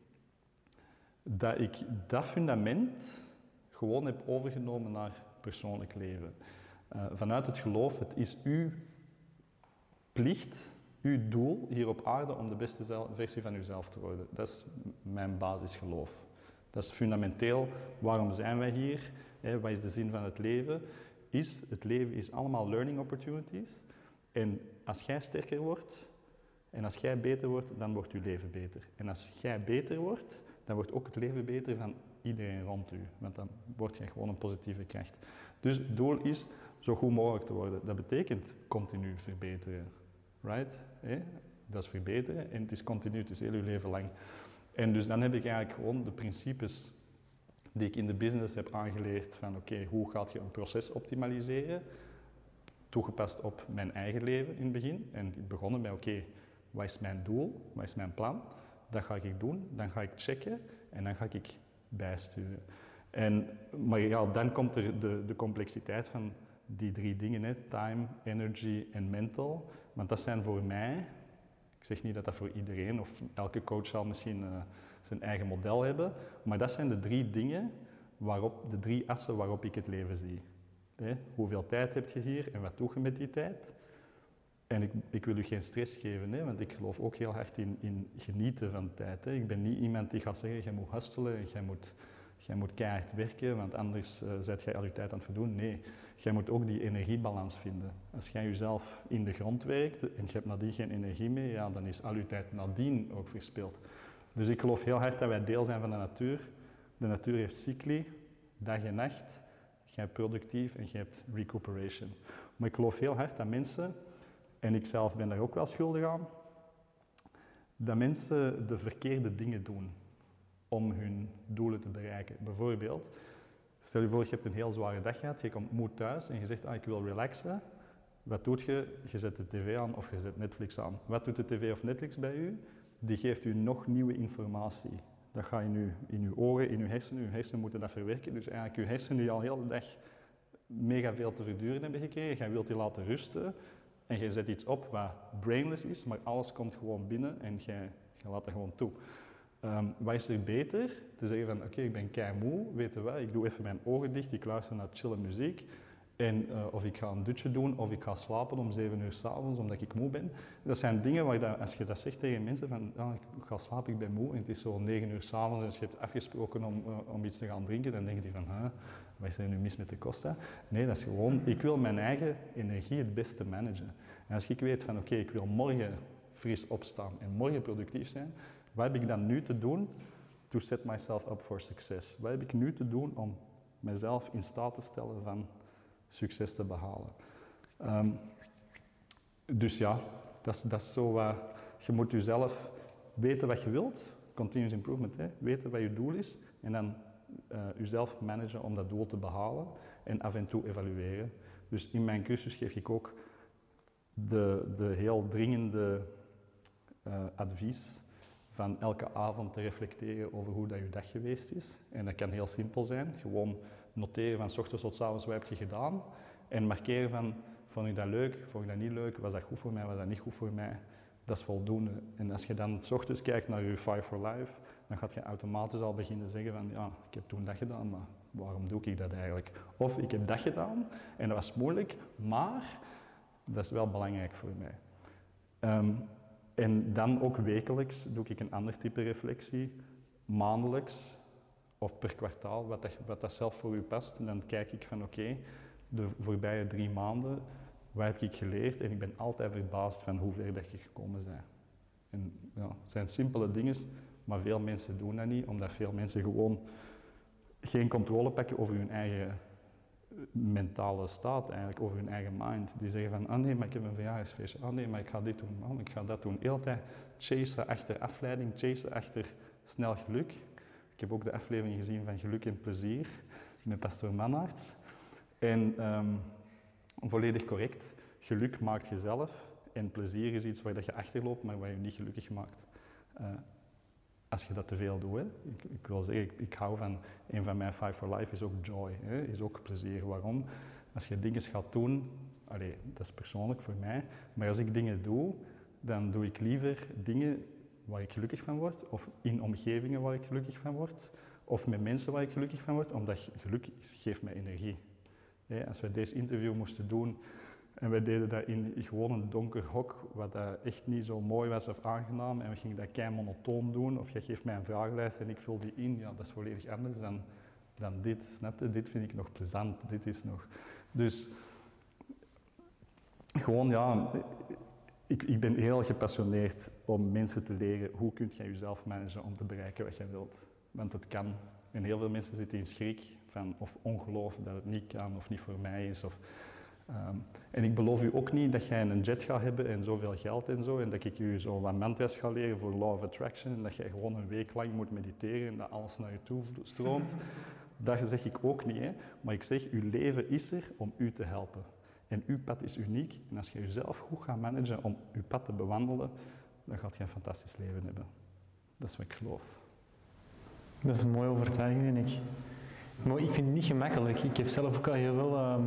dat ik dat fundament gewoon heb overgenomen naar persoonlijk leven. Vanuit het geloof, het is uw plicht, uw doel hier op aarde om de beste versie van uzelf te worden. Dat is mijn basisgeloof. Dat is fundamenteel. Waarom zijn wij hier? Wat is de zin van het leven? Het leven is allemaal learning opportunities. En als jij sterker wordt en als jij beter wordt, dan wordt je leven beter. En als jij beter wordt, dan wordt ook het leven beter van iedereen rond u. Want dan word je gewoon een positieve kracht. Dus het doel is zo goed mogelijk te worden. Dat betekent continu verbeteren. Right? Dat is verbeteren en het is continu, het is heel je leven lang. En dus dan heb ik eigenlijk gewoon de principes die ik in de business heb aangeleerd van oké, hoe gaat je een proces optimaliseren? Toegepast op mijn eigen leven in het begin. En ik begonnen met oké, wat is mijn doel? Wat is mijn plan? Dat ga ik doen, dan ga ik checken en dan ga ik bijsturen. Maar ja, dan komt er de complexiteit van die 3 dingen, time, energy en mental. Want dat zijn voor mij, ik zeg niet dat dat voor iedereen, of elke coach zal misschien zijn eigen model hebben, maar dat zijn de 3 dingen, de 3 assen waarop ik het leven zie. Hoeveel tijd heb je hier en wat doe je met die tijd? En ik wil u geen stress geven, want ik geloof ook heel hard in genieten van de tijd. Ik ben niet iemand die gaat zeggen, jij moet hustelen en jij moet keihard werken, want anders zet jij al je tijd aan het verdoen. Nee, jij moet ook die energiebalans vinden. Als jij jezelf in de grond werkt en je hebt nadien geen energie meer, ja, dan is al je tijd nadien ook verspild. Dus ik geloof heel hard dat wij deel zijn van de natuur. De natuur heeft cycli, dag en nacht. Jij bent productief en je hebt recuperation. Maar ik geloof heel hard dat mensen, en ik zelf ben daar ook wel schuldig aan, dat mensen de verkeerde dingen doen om hun doelen te bereiken. Bijvoorbeeld, stel je voor je hebt een heel zware dag gehad, je komt moe thuis en je zegt ik wil relaxen. Wat doe je? Je zet de tv aan of je zet Netflix aan. Wat doet de tv of Netflix bij u? Die geeft u nog nieuwe informatie. Dat gaat in uw oren, in uw hersenen. Uw hersenen moeten dat verwerken. Dus eigenlijk uw hersenen die al heel de dag mega veel te verduren hebben gekregen, jij wilt die laten rusten en je zet iets op wat brainless is, maar alles komt gewoon binnen en jij laat dat gewoon toe. Wat is er beter? Te zeggen van oké, ik ben keimoe, weet je wat, ik doe even mijn ogen dicht, ik luister naar chille muziek. En of ik ga een dutje doen, of ik ga slapen om 7 uur 's avonds omdat ik moe ben. Dat zijn dingen waar als je dat zegt tegen mensen van ik ga slapen, ik ben moe en het is zo 9 uur 's avonds en je hebt afgesproken om iets te gaan drinken, dan denk je van wat is er nu mis met de Costa? Nee, dat is gewoon, ik wil mijn eigen energie het beste managen. En als ik weet van oké, ik wil morgen fris opstaan en morgen productief zijn, wat heb ik dan nu te doen to set myself up for success? Wat heb ik nu te doen om mezelf in staat te stellen van succes te behalen? Dus ja, dat is zo wat, je moet jezelf weten wat je wilt, continuous improvement, weten wat je doel is en dan jezelf managen om dat doel te behalen en af en toe evalueren. Dus in mijn cursus geef ik ook de heel dringende advies van elke avond te reflecteren over hoe dat je dag geweest is. En dat kan heel simpel zijn, gewoon noteren van 's ochtends tot 's avonds wat heb je gedaan en markeren van vond ik dat leuk, vond ik dat niet leuk, was dat goed voor mij, was dat niet goed voor mij. Dat is voldoende. En als je dan 's ochtends kijkt naar je 5 for Life, dan gaat je automatisch al beginnen zeggen van ja, ik heb toen dat gedaan, maar waarom doe ik dat eigenlijk? Of ik heb dat gedaan en dat was moeilijk, maar dat is wel belangrijk voor mij. En dan ook wekelijks doe ik een ander type reflectie, maandelijks of per kwartaal, wat dat zelf voor u past. En dan kijk ik van oké, de voorbije 3 maanden, wat heb ik geleerd? En ik ben altijd verbaasd van hoe ver dat ik gekomen ben. En ja, het zijn simpele dingen, maar veel mensen doen dat niet, omdat veel mensen gewoon geen controle pakken over hun eigen mentale staat, eigenlijk, over hun eigen mind. Die zeggen van, nee, maar ik heb een verjaardagsfeestje. Nee, maar ik ga dit doen. Ik ga dat doen. Heel de tijd chasen achter afleiding, chasen achter snel geluk. Ik heb ook de aflevering gezien van Geluk en Plezier met Pastor Mannaerts. En volledig correct, geluk maakt jezelf en plezier is iets waar dat je achterloopt, maar waar je niet gelukkig maakt. als je dat te veel doet. Hè. Ik wil zeggen, ik hou van, een van mijn 5 for Life is ook joy, hè, is ook plezier. Waarom? Als je dingen gaat doen, dat is persoonlijk voor mij, maar als ik dingen doe, dan doe ik liever dingen waar ik gelukkig van word, of in omgevingen waar ik gelukkig van word, of met mensen waar ik gelukkig van word, omdat geluk geeft mij energie. Als we deze interview moesten doen en wij deden dat in gewoon een donker hok, wat echt niet zo mooi was of aangenaam, en we gingen dat kei monotoon doen, of jij geeft mij een vragenlijst en ik vul die in, ja, dat is volledig anders dan dit, snap je? Dit vind ik nog plezant, dit is nog... Dus, gewoon ja, ik ben heel gepassioneerd om mensen te leren hoe kun jij jezelf managen om te bereiken wat jij wilt. Want het kan. En heel veel mensen zitten in schrik van, of ongeloof dat het niet kan of niet voor mij is. En ik beloof u ook niet dat jij een jet gaat hebben en zoveel geld en zo. En dat ik je zo wat mantras ga leren voor Law of Attraction. En dat jij gewoon een week lang moet mediteren en dat alles naar je toe stroomt. Dat zeg ik ook niet. Hè. Maar ik zeg, uw leven is er om u te helpen. En uw pad is uniek. En als je jezelf goed gaat managen om uw pad te bewandelen, dan gaat je een fantastisch leven hebben. Dat is wat ik geloof. Dat is een mooie overtuiging, vind ik. Maar ik vind het niet gemakkelijk. Ik heb zelf ook al heel veel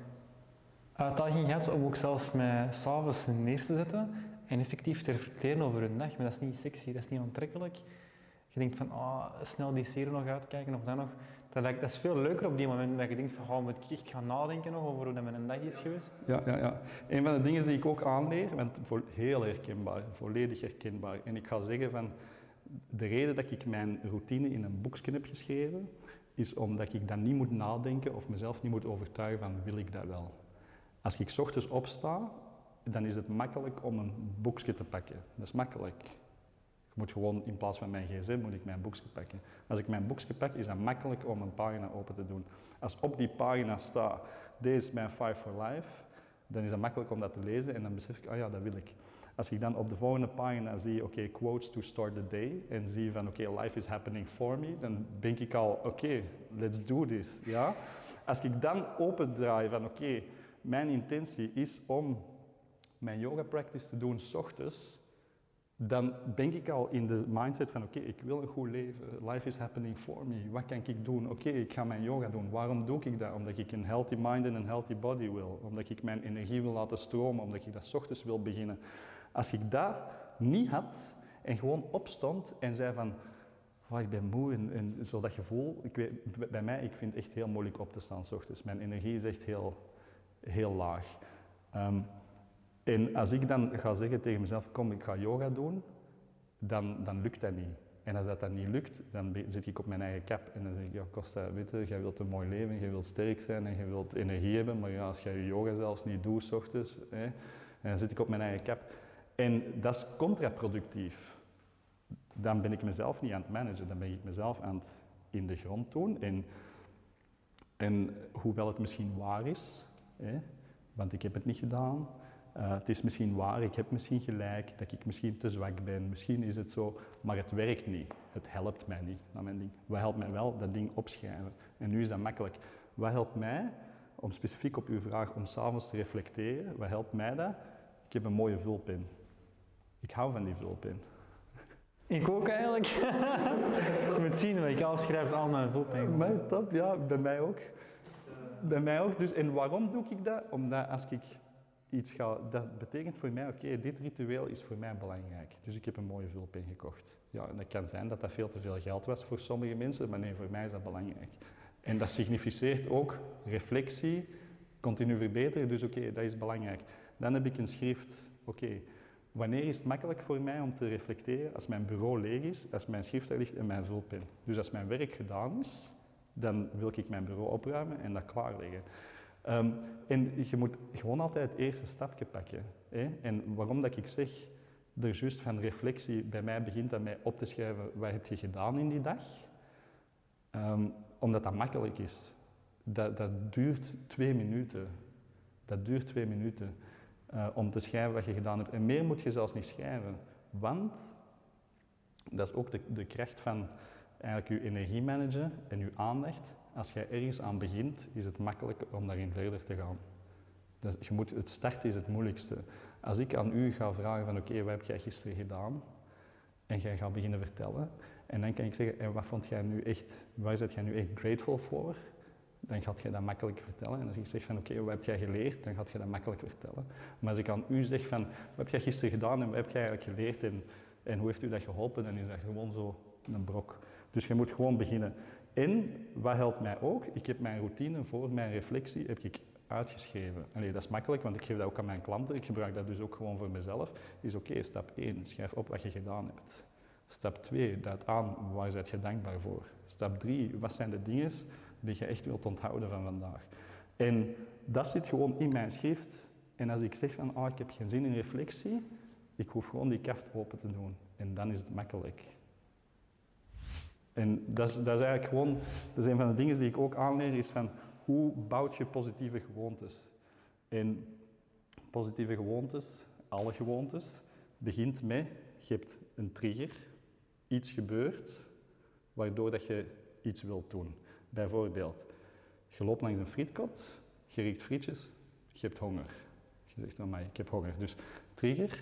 uitdaging gehad om ook zelfs mij 's avonds neer te zetten en effectief te reflecteren over een dag. Maar dat is niet sexy, dat is niet aantrekkelijk. Je denkt van, snel die serie nog uitkijken of dan nog. Dat is veel leuker op die moment dat je denkt van, moet ik echt gaan nadenken nog over hoe dat mijn dag is geweest? Ja. Een van de dingen die ik ook aanleer, want heel herkenbaar, volledig herkenbaar. En ik ga zeggen van, de reden dat ik mijn routine in een boekje heb geschreven, is omdat ik dan niet moet nadenken of mezelf niet moet overtuigen van, wil ik dat wel? Als ik 's ochtends opsta, dan is het makkelijk om een boekje te pakken. Dat is makkelijk. Ik moet gewoon, in plaats van mijn gsm, moet ik mijn boekje pakken. Als ik mijn boekje pak, is dat makkelijk om een pagina open te doen. Als op die pagina staat, deze is mijn 5 for Life, dan is het makkelijk om dat te lezen en dan besef ik, ja, dat wil ik. Als ik dan op de volgende pagina zie, quotes to start the day, en zie van, life is happening for me, dan denk ik al, let's do this, ja. Als ik dan opendraai van, mijn intentie is om mijn yoga practice te doen 's ochtends, dan ben ik al in de mindset van, ik wil een goed leven, life is happening for me, wat kan ik doen? Ik ga mijn yoga doen. Waarom doe ik dat? Omdat ik een healthy mind en een healthy body wil, omdat ik mijn energie wil laten stromen, omdat ik dat 's ochtends wil beginnen. Als ik dat niet had en gewoon opstond en zei van, ik ben moe en zo dat gevoel, bij mij, ik vind het echt heel moeilijk op te staan 's ochtends. Mijn energie is echt heel laag. En als ik dan ga zeggen tegen mezelf, kom, ik ga yoga doen, dan lukt dat niet. En als dat niet lukt, dan zit ik op mijn eigen kap en dan zeg ik, ja Costa, weet je, jij wilt een mooi leven, jij wilt sterk zijn en jij wilt energie hebben, maar ja, als jij je yoga zelfs niet doet 's ochtends, en dan zit ik op mijn eigen kap. En dat is contraproductief. Dan ben ik mezelf niet aan het managen, dan ben ik mezelf aan het in de grond doen. En hoewel het misschien waar is, want ik heb het niet gedaan, het is misschien waar, ik heb misschien gelijk, dat ik misschien te zwak ben, misschien is het zo, maar het werkt niet. Het helpt mij niet naar mijn ding. Wat helpt mij wel? Dat ding opschrijven. En nu is dat makkelijk. Wat helpt mij, om specifiek op uw vraag om 's avonds te reflecteren, wat helpt mij dat? Ik heb een mooie vulpen. Ik hou van die vulpen. Ik ook eigenlijk. Je moet zien, ik alles schrijf aan mijn vulpen. Maar top, ja, bij mij ook. Bij mij ook. Dus, en waarom doe ik dat? Omdat als ik iets ga, dat betekent voor mij, dit ritueel is voor mij belangrijk. Dus ik heb een mooie vulpen gekocht. Ja, en dat kan zijn dat dat veel te veel geld was voor sommige mensen, maar nee, voor mij is dat belangrijk. En dat significeert ook reflectie, continu verbeteren, dus dat is belangrijk. Dan heb ik een schrift, wanneer is het makkelijk voor mij om te reflecteren? Als mijn bureau leeg is, als mijn schrift er ligt en mijn vulpen. Dus als mijn werk gedaan is, dan wil ik mijn bureau opruimen en dat klaarleggen. En je moet gewoon altijd het eerste stapje pakken. En waarom dat ik zeg, er juist van reflectie, bij mij begint dat mij op te schrijven, wat heb je gedaan in die dag? Omdat dat makkelijk is. Dat duurt 2 minuten. Dat duurt 2 minuten om te schrijven wat je gedaan hebt. En meer moet je zelfs niet schrijven, want dat is ook de kracht van eigenlijk je energie managen en je aandacht. Als je ergens aan begint, is het makkelijk om daarin verder te gaan. Dus het starten is het moeilijkste. Als ik aan u ga vragen van wat heb jij gisteren gedaan? En jij gaat beginnen vertellen. En dan kan ik zeggen, en wat vond jij nu echt, waar zit jij nu echt grateful voor? Dan gaat je dat makkelijk vertellen. En als ik zeg van oké, wat heb jij geleerd? Dan gaat je dat makkelijk vertellen. Maar als ik aan u zeg van, wat heb jij gisteren gedaan en wat heb jij eigenlijk geleerd en hoe heeft u dat geholpen? Dan is dat gewoon zo een brok. Dus je moet gewoon beginnen. En, wat helpt mij ook? Ik heb mijn routine voor mijn reflectie heb ik uitgeschreven. Allee, dat is makkelijk, want ik geef dat ook aan mijn klanten. Ik gebruik dat dus ook gewoon voor mezelf. Is oké, stap 1, schrijf op wat je gedaan hebt. Stap 2, duid aan, waar ben je dankbaar voor? Stap 3, wat zijn de dingen die je echt wilt onthouden van vandaag? En dat zit gewoon in mijn schrift. En als ik zeg van, ik heb geen zin in reflectie, ik hoef gewoon die kaft open te doen. En dan is het makkelijk. En dat is eigenlijk gewoon, dat is een van de dingen die ik ook aanleer, is van, hoe bouw je positieve gewoontes? En positieve gewoontes, alle gewoontes, begint met, je hebt een trigger, iets gebeurt, waardoor dat je iets wilt doen. Bijvoorbeeld, je loopt langs een frietkot, je riekt frietjes, je hebt honger. Je zegt, amai, ik heb honger. Dus trigger,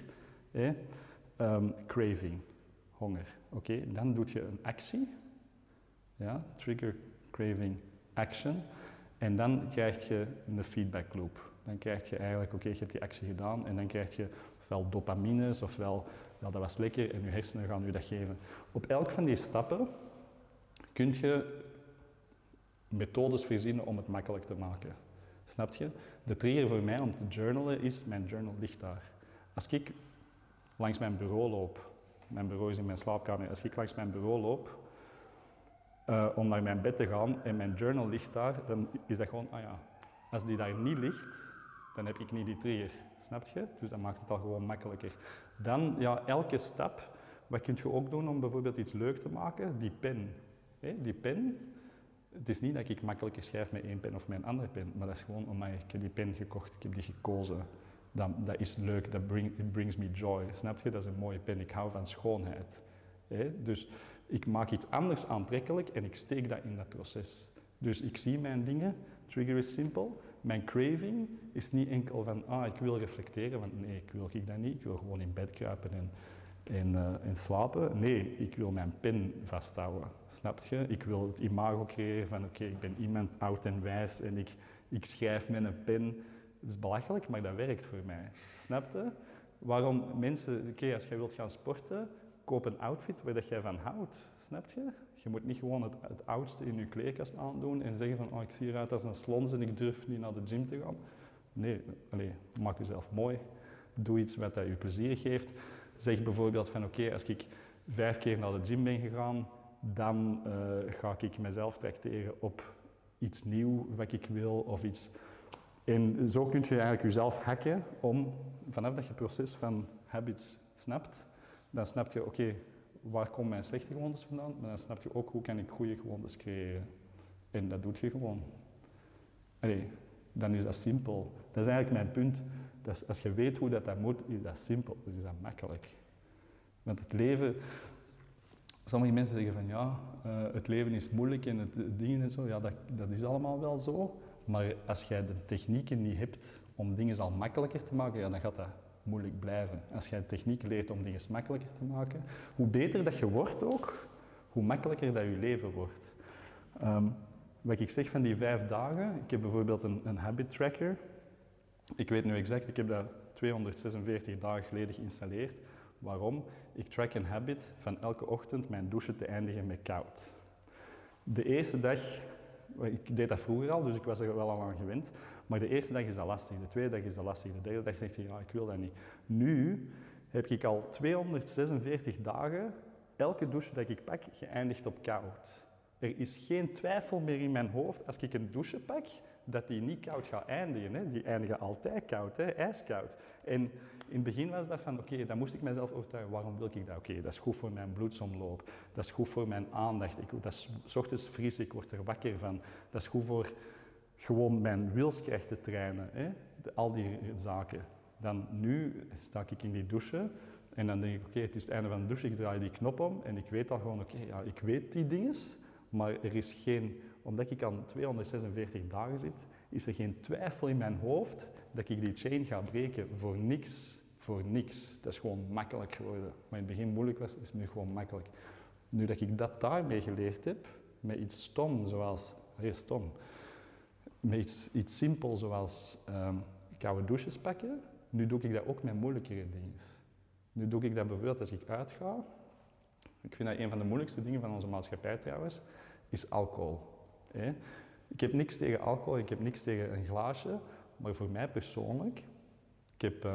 craving, honger. Oké, dan doe je een actie, ja, trigger, craving, action. En dan krijg je een feedback loop. Dan krijg je eigenlijk, oké, je hebt die actie gedaan en dan krijg je ofwel dopamines ofwel, ja, dat was lekker en je hersenen gaan je dat geven. Op elk van die stappen kun je methodes verzinnen om het makkelijk te maken. Snap je? De trigger voor mij om te journalen is, mijn journal ligt daar. Als ik langs mijn bureau loop, mijn bureau is in mijn slaapkamer, als ik langs mijn bureau loop, om naar mijn bed te gaan en mijn journal ligt daar, dan is dat gewoon, als die daar niet ligt, dan heb ik niet die trigger. Snap je? Dus dat maakt het al gewoon makkelijker. Dan, elke stap, wat kun je ook doen om bijvoorbeeld iets leuk te maken? Die pen. Die pen, het is niet dat ik makkelijker schrijf met één pen of met een andere pen, maar dat is gewoon, ik heb die pen gekocht, ik heb die gekozen. Dat is leuk, it brings me joy. Snap je? Dat is een mooie pen, ik hou van schoonheid. Dus ik maak iets anders aantrekkelijk en ik steek dat in dat proces. Dus ik zie mijn dingen, trigger is simpel. Mijn craving is niet enkel van, ik wil reflecteren, want nee, ik wil dat niet. Ik wil gewoon in bed kruipen en slapen. Nee, ik wil mijn pen vasthouden, snap je? Ik wil het imago creëren van, oké, ik ben iemand oud en wijs en ik schrijf met een pen. Het is belachelijk, maar dat werkt voor mij, snap je? Waarom mensen, als jij wilt gaan sporten, koop een outfit waar dat jij van houdt, snap je? Je moet niet gewoon het oudste in je kleerkast aandoen en zeggen van, ik zie eruit als een slons en ik durf niet naar de gym te gaan. Nee, maak jezelf mooi. Doe iets wat dat je plezier geeft. Zeg bijvoorbeeld van, als ik 5 keer naar de gym ben gegaan, dan ga ik mezelf trakteren op iets nieuws wat ik wil of iets. En zo kun je eigenlijk jezelf hacken om, vanaf dat je het proces van habits snapt, dan snap je, waar komen mijn slechte gewoontes vandaan? Maar dan snap je ook, hoe kan ik goede gewoontes creëren? En dat doe je gewoon. Dan is dat simpel. Dat is eigenlijk mijn punt. Als je weet hoe dat moet, is dat simpel. Dus is dat makkelijk. Want het leven... Sommige mensen zeggen van, het leven is moeilijk en het dingen en zo. Ja, dat is allemaal wel zo. Maar als jij de technieken niet hebt om dingen al makkelijker te maken, dan gaat dat moeilijk blijven. Als jij de techniek leert om dingen makkelijker te maken, hoe beter dat je wordt ook, hoe makkelijker dat je leven wordt. Wat ik zeg van die 5 dagen, ik heb bijvoorbeeld een habit tracker. Ik weet nu exact, ik heb dat 246 dagen geleden geïnstalleerd. Waarom? Ik track een habit van elke ochtend mijn douche te eindigen met koud. De eerste dag, ik deed dat vroeger al, dus ik was er wel al aan gewend. Maar de eerste dag is dat lastig, de tweede dag is dat lastig, de derde dag zeg je, ik wil dat niet. Nu heb ik al 246 dagen, elke douche dat ik pak, geëindigd op koud. Er is geen twijfel meer in mijn hoofd als ik een douche pak, dat die niet koud gaat eindigen. Hè. Die eindigen altijd koud, ijskoud. En in het begin was dat van, dan moest ik mezelf overtuigen, waarom wil ik dat? Dat is goed voor mijn bloedsomloop, dat is goed voor mijn aandacht. Dat is 's ochtends fris, ik word er wakker van. Dat is goed voor gewoon mijn wilskracht te trainen, al die zaken. Dan nu sta ik in die douche en dan denk ik, het is het einde van de douche, ik draai die knop om en ik weet al gewoon, ik weet die dingen, maar er is geen, omdat ik aan 246 dagen zit, is er geen twijfel in mijn hoofd dat ik die chain ga breken voor niks. voor niks. Dat is gewoon makkelijk geworden. Wat in het begin moeilijk was, is nu gewoon makkelijk. Nu dat ik dat daarmee geleerd heb, met iets stom zoals, met iets simpel zoals koude douches pakken, nu doe ik dat ook met moeilijkere dingen. Nu doe ik dat bijvoorbeeld als ik uitga. Ik vind dat een van de moeilijkste dingen van onze maatschappij trouwens, is alcohol. Hè? Ik heb niks tegen alcohol, ik heb niks tegen een glaasje, maar voor mij persoonlijk, ik heb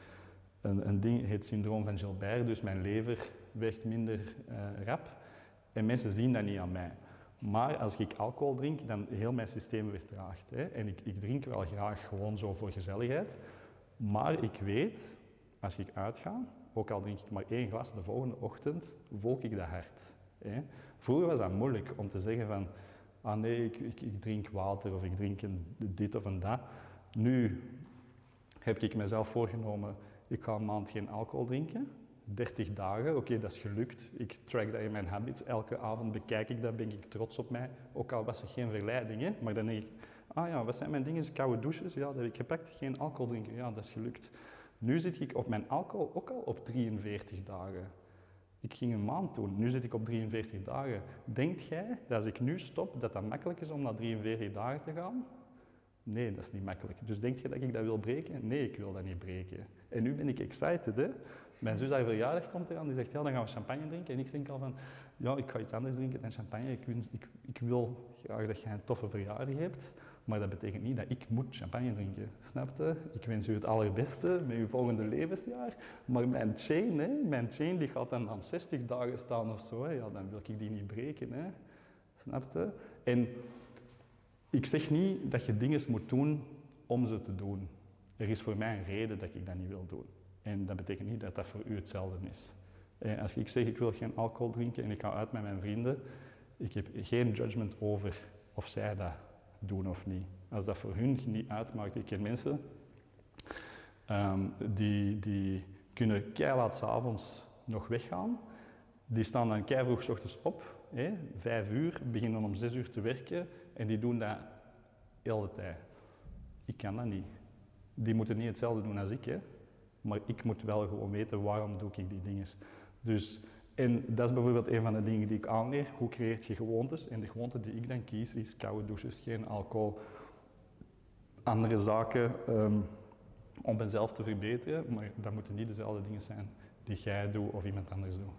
een ding, heet syndroom van Gilbert, dus mijn lever weegt minder rap en mensen zien dat niet aan mij. Maar als ik alcohol drink, dan heel mijn systeem vertraagt. Hè? En ik drink wel graag gewoon zo voor gezelligheid, maar ik weet, als ik uitga, ook al drink ik maar 1 glas, de volgende ochtend voel ik dat hard. Hè? Vroeger was dat moeilijk om te zeggen van, ah nee, ik drink water of ik drink dit of een dat. Nu heb ik mezelf voorgenomen, ik ga een maand geen alcohol drinken. 30 dagen, oké, dat is gelukt. Ik track dat in mijn habits. Elke avond bekijk ik dat, ben ik trots op mij. Ook al was het geen verleiding, hè? Maar dan denk ik, ah ja, wat zijn mijn dingen? Koude douches, ja, dat heb ik gepakt. Geen alcohol drinken, ja, dat is gelukt. Nu zit ik op mijn alcohol ook al op 43 dagen. Ik ging een maand doen, nu zit ik op 43 dagen. Denkt jij dat als ik nu stop, dat dat makkelijk is om naar 43 dagen te gaan? Nee, dat is niet makkelijk. Dus denk je dat ik dat wil breken? Nee, ik wil dat niet breken. En nu ben ik excited, hè. Mijn zus haar verjaardag komt eraan, die zegt, ja, dan gaan we champagne drinken. En ik denk al van, ja, ik ga iets anders drinken dan champagne. Ik wil graag dat jij een toffe verjaardag hebt. Maar dat betekent niet dat ik moet champagne drinken, snap je? Ik wens u het allerbeste met uw volgende levensjaar. Maar mijn chain die gaat dan aan 60 dagen staan of zo. Hè. Ja, dan wil ik die niet breken, hè. Snap je? En ik zeg niet dat je dingen moet doen om ze te doen. Er is voor mij een reden dat ik dat niet wil doen. En dat betekent niet dat dat voor u hetzelfde is. Als ik zeg ik wil geen alcohol drinken en ik ga uit met mijn vrienden, ik heb geen judgment over of zij dat doen of niet. Als dat voor hun niet uitmaakt. Ik ken mensen die kunnen keilaat 's avonds nog weggaan. Die staan dan keivroeg 's ochtends op, 5 uur, beginnen om 6 uur te werken en die doen dat heel de tijd. Ik kan dat niet. Die moeten niet hetzelfde doen als ik, hè. Maar ik moet wel gewoon weten waarom doe ik die dingen. Dus, en dat is bijvoorbeeld een van de dingen die ik aanleer. Hoe creëert je gewoontes? En de gewoonte die ik dan kies is koude douches, geen alcohol, andere zaken om mezelf te verbeteren. Maar dat moeten niet dezelfde dingen zijn die jij doet of iemand anders doet.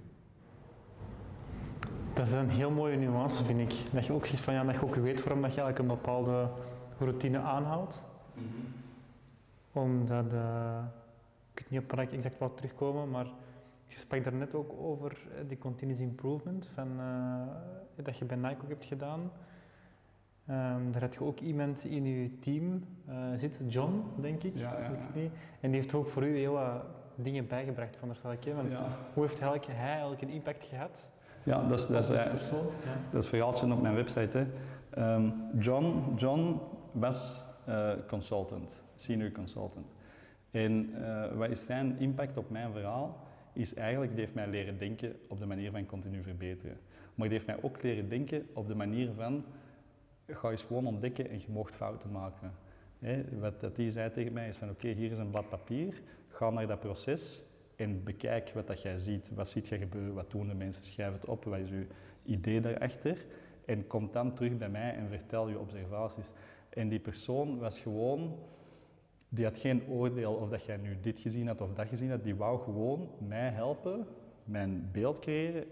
Dat is een heel mooie nuance, vind ik. Dat je ook ziet van, ja, dat je ook weet waarom dat je eigenlijk een bepaalde routine aanhoudt. Omdat, ik weet niet op waar ik exact wil terugkomen, maar je sprak daar net ook over die continuous improvement van, dat je bij Nike ook hebt gedaan. Daar had je ook iemand in je team zitten, John, denk ik. Ja. En die heeft ook voor u heel wat dingen bijgebracht, veronderstel ik. Want hoe heeft hij eigenlijk een impact gehad? Ja, dat is het verhaaltje op mijn website. Hè. John was consultant, senior consultant. En wat is zijn impact op mijn verhaal? Is eigenlijk, die heeft mij leren denken op de manier van continu verbeteren. Maar die heeft mij ook leren denken op de manier van, ga eens gewoon ontdekken en je mag fouten maken. Wat dat die zei tegen mij is van, oké, hier is een blad papier, ga naar dat proces en bekijk wat dat jij ziet. Wat ziet je gebeuren, wat doen de mensen, schrijf het op, wat is je idee daarachter. En kom dan terug bij mij en vertel je observaties. En die persoon was gewoon, die had geen oordeel of dat jij nu dit gezien had of dat gezien had. Die wou gewoon mij helpen, mijn beeld creëren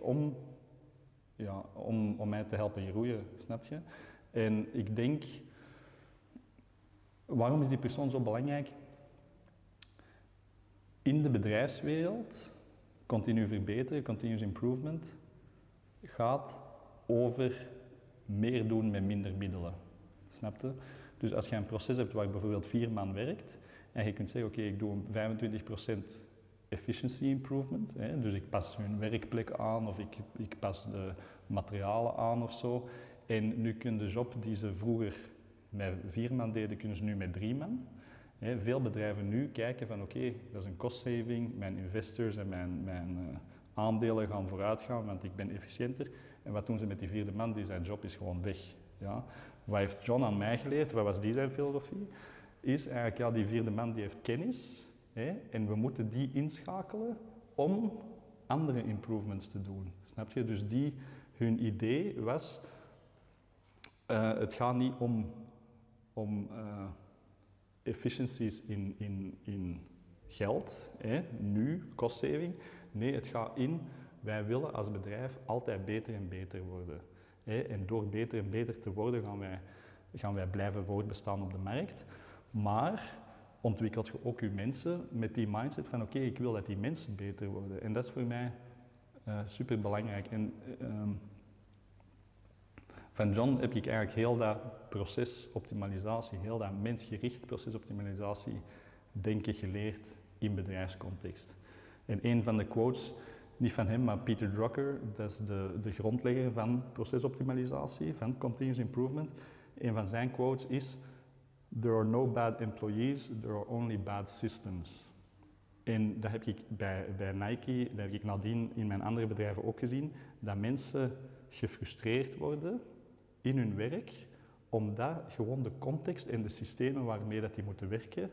om mij te helpen groeien, snap je? En ik denk, waarom is die persoon zo belangrijk? In de bedrijfswereld, continu verbeteren, continuous improvement, gaat over meer doen met minder middelen. Snap je? Dus als je een proces hebt waar bijvoorbeeld 4 man werkt en je kunt zeggen, oké, ik doe een 25% efficiency improvement, dus ik pas hun werkplek aan of ik pas de materialen aan of zo. En nu kun de job die ze vroeger met 4 man deden, kunnen ze nu met 3 man. Veel bedrijven nu kijken van oké, dat is een cost saving, mijn investors en mijn aandelen gaan vooruit gaan, want ik ben efficiënter. En wat doen ze met die 4e man? Die zijn job is gewoon weg. Ja. Wat heeft John aan mij geleerd? Wat was die zijn filosofie? Is eigenlijk, ja, die 4e man die heeft kennis Hè? En we moeten die inschakelen om andere improvements te doen. Snap je? Dus hun idee was, het gaat niet om efficiencies in geld, nu, cost-saving. Nee, het gaat wij willen als bedrijf altijd beter en beter worden. En door beter en beter te worden gaan wij blijven voortbestaan op de markt. Maar ontwikkelt je ook je mensen met die mindset van oké, ik wil dat die mensen beter worden. En dat is voor mij super belangrijk. En van John heb ik eigenlijk heel dat procesoptimalisatie, heel dat mensgericht procesoptimalisatie denken geleerd in bedrijfscontext. En een van de quotes, niet van hem, maar Peter Drucker, dat is de grondlegger van procesoptimalisatie, van continuous improvement. Een van zijn quotes is: "There are no bad employees, there are only bad systems." En dat heb ik bij Nike, dat heb ik nadien in mijn andere bedrijven ook gezien, dat mensen gefrustreerd worden in hun werk, omdat gewoon de context en de systemen waarmee dat die moeten werken,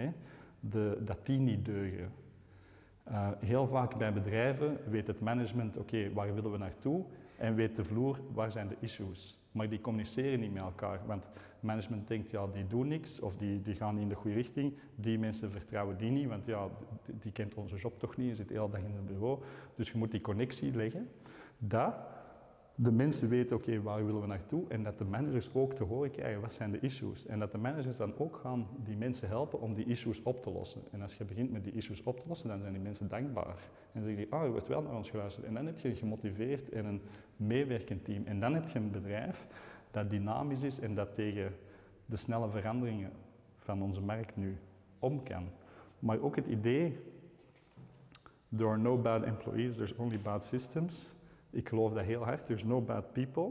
dat die niet deugen. Heel vaak bij bedrijven weet het management, oké, waar willen we naartoe? En weet de vloer, waar zijn de issues? Maar die communiceren niet met elkaar, want management denkt, ja, die doen niks, of die gaan niet in de goede richting. Die mensen vertrouwen die niet, want ja, die kent onze job toch niet, je zit de hele dag in het bureau. Dus je moet die connectie leggen. Dat de mensen weten, oké, waar willen we naartoe? En dat de managers ook te horen krijgen, wat zijn de issues? En dat de managers dan ook gaan die mensen helpen om die issues op te lossen. En als je begint met die issues op te lossen, dan zijn die mensen dankbaar. En dan zeg je, je wordt wel naar ons geluisterd. En dan heb je gemotiveerd en een meewerkend team. En dan heb je een bedrijf dat dynamisch is en dat tegen de snelle veranderingen van onze markt nu om kan. Maar ook het idee, there are no bad employees, there's only bad systems. Ik geloof dat heel hard. There's no bad people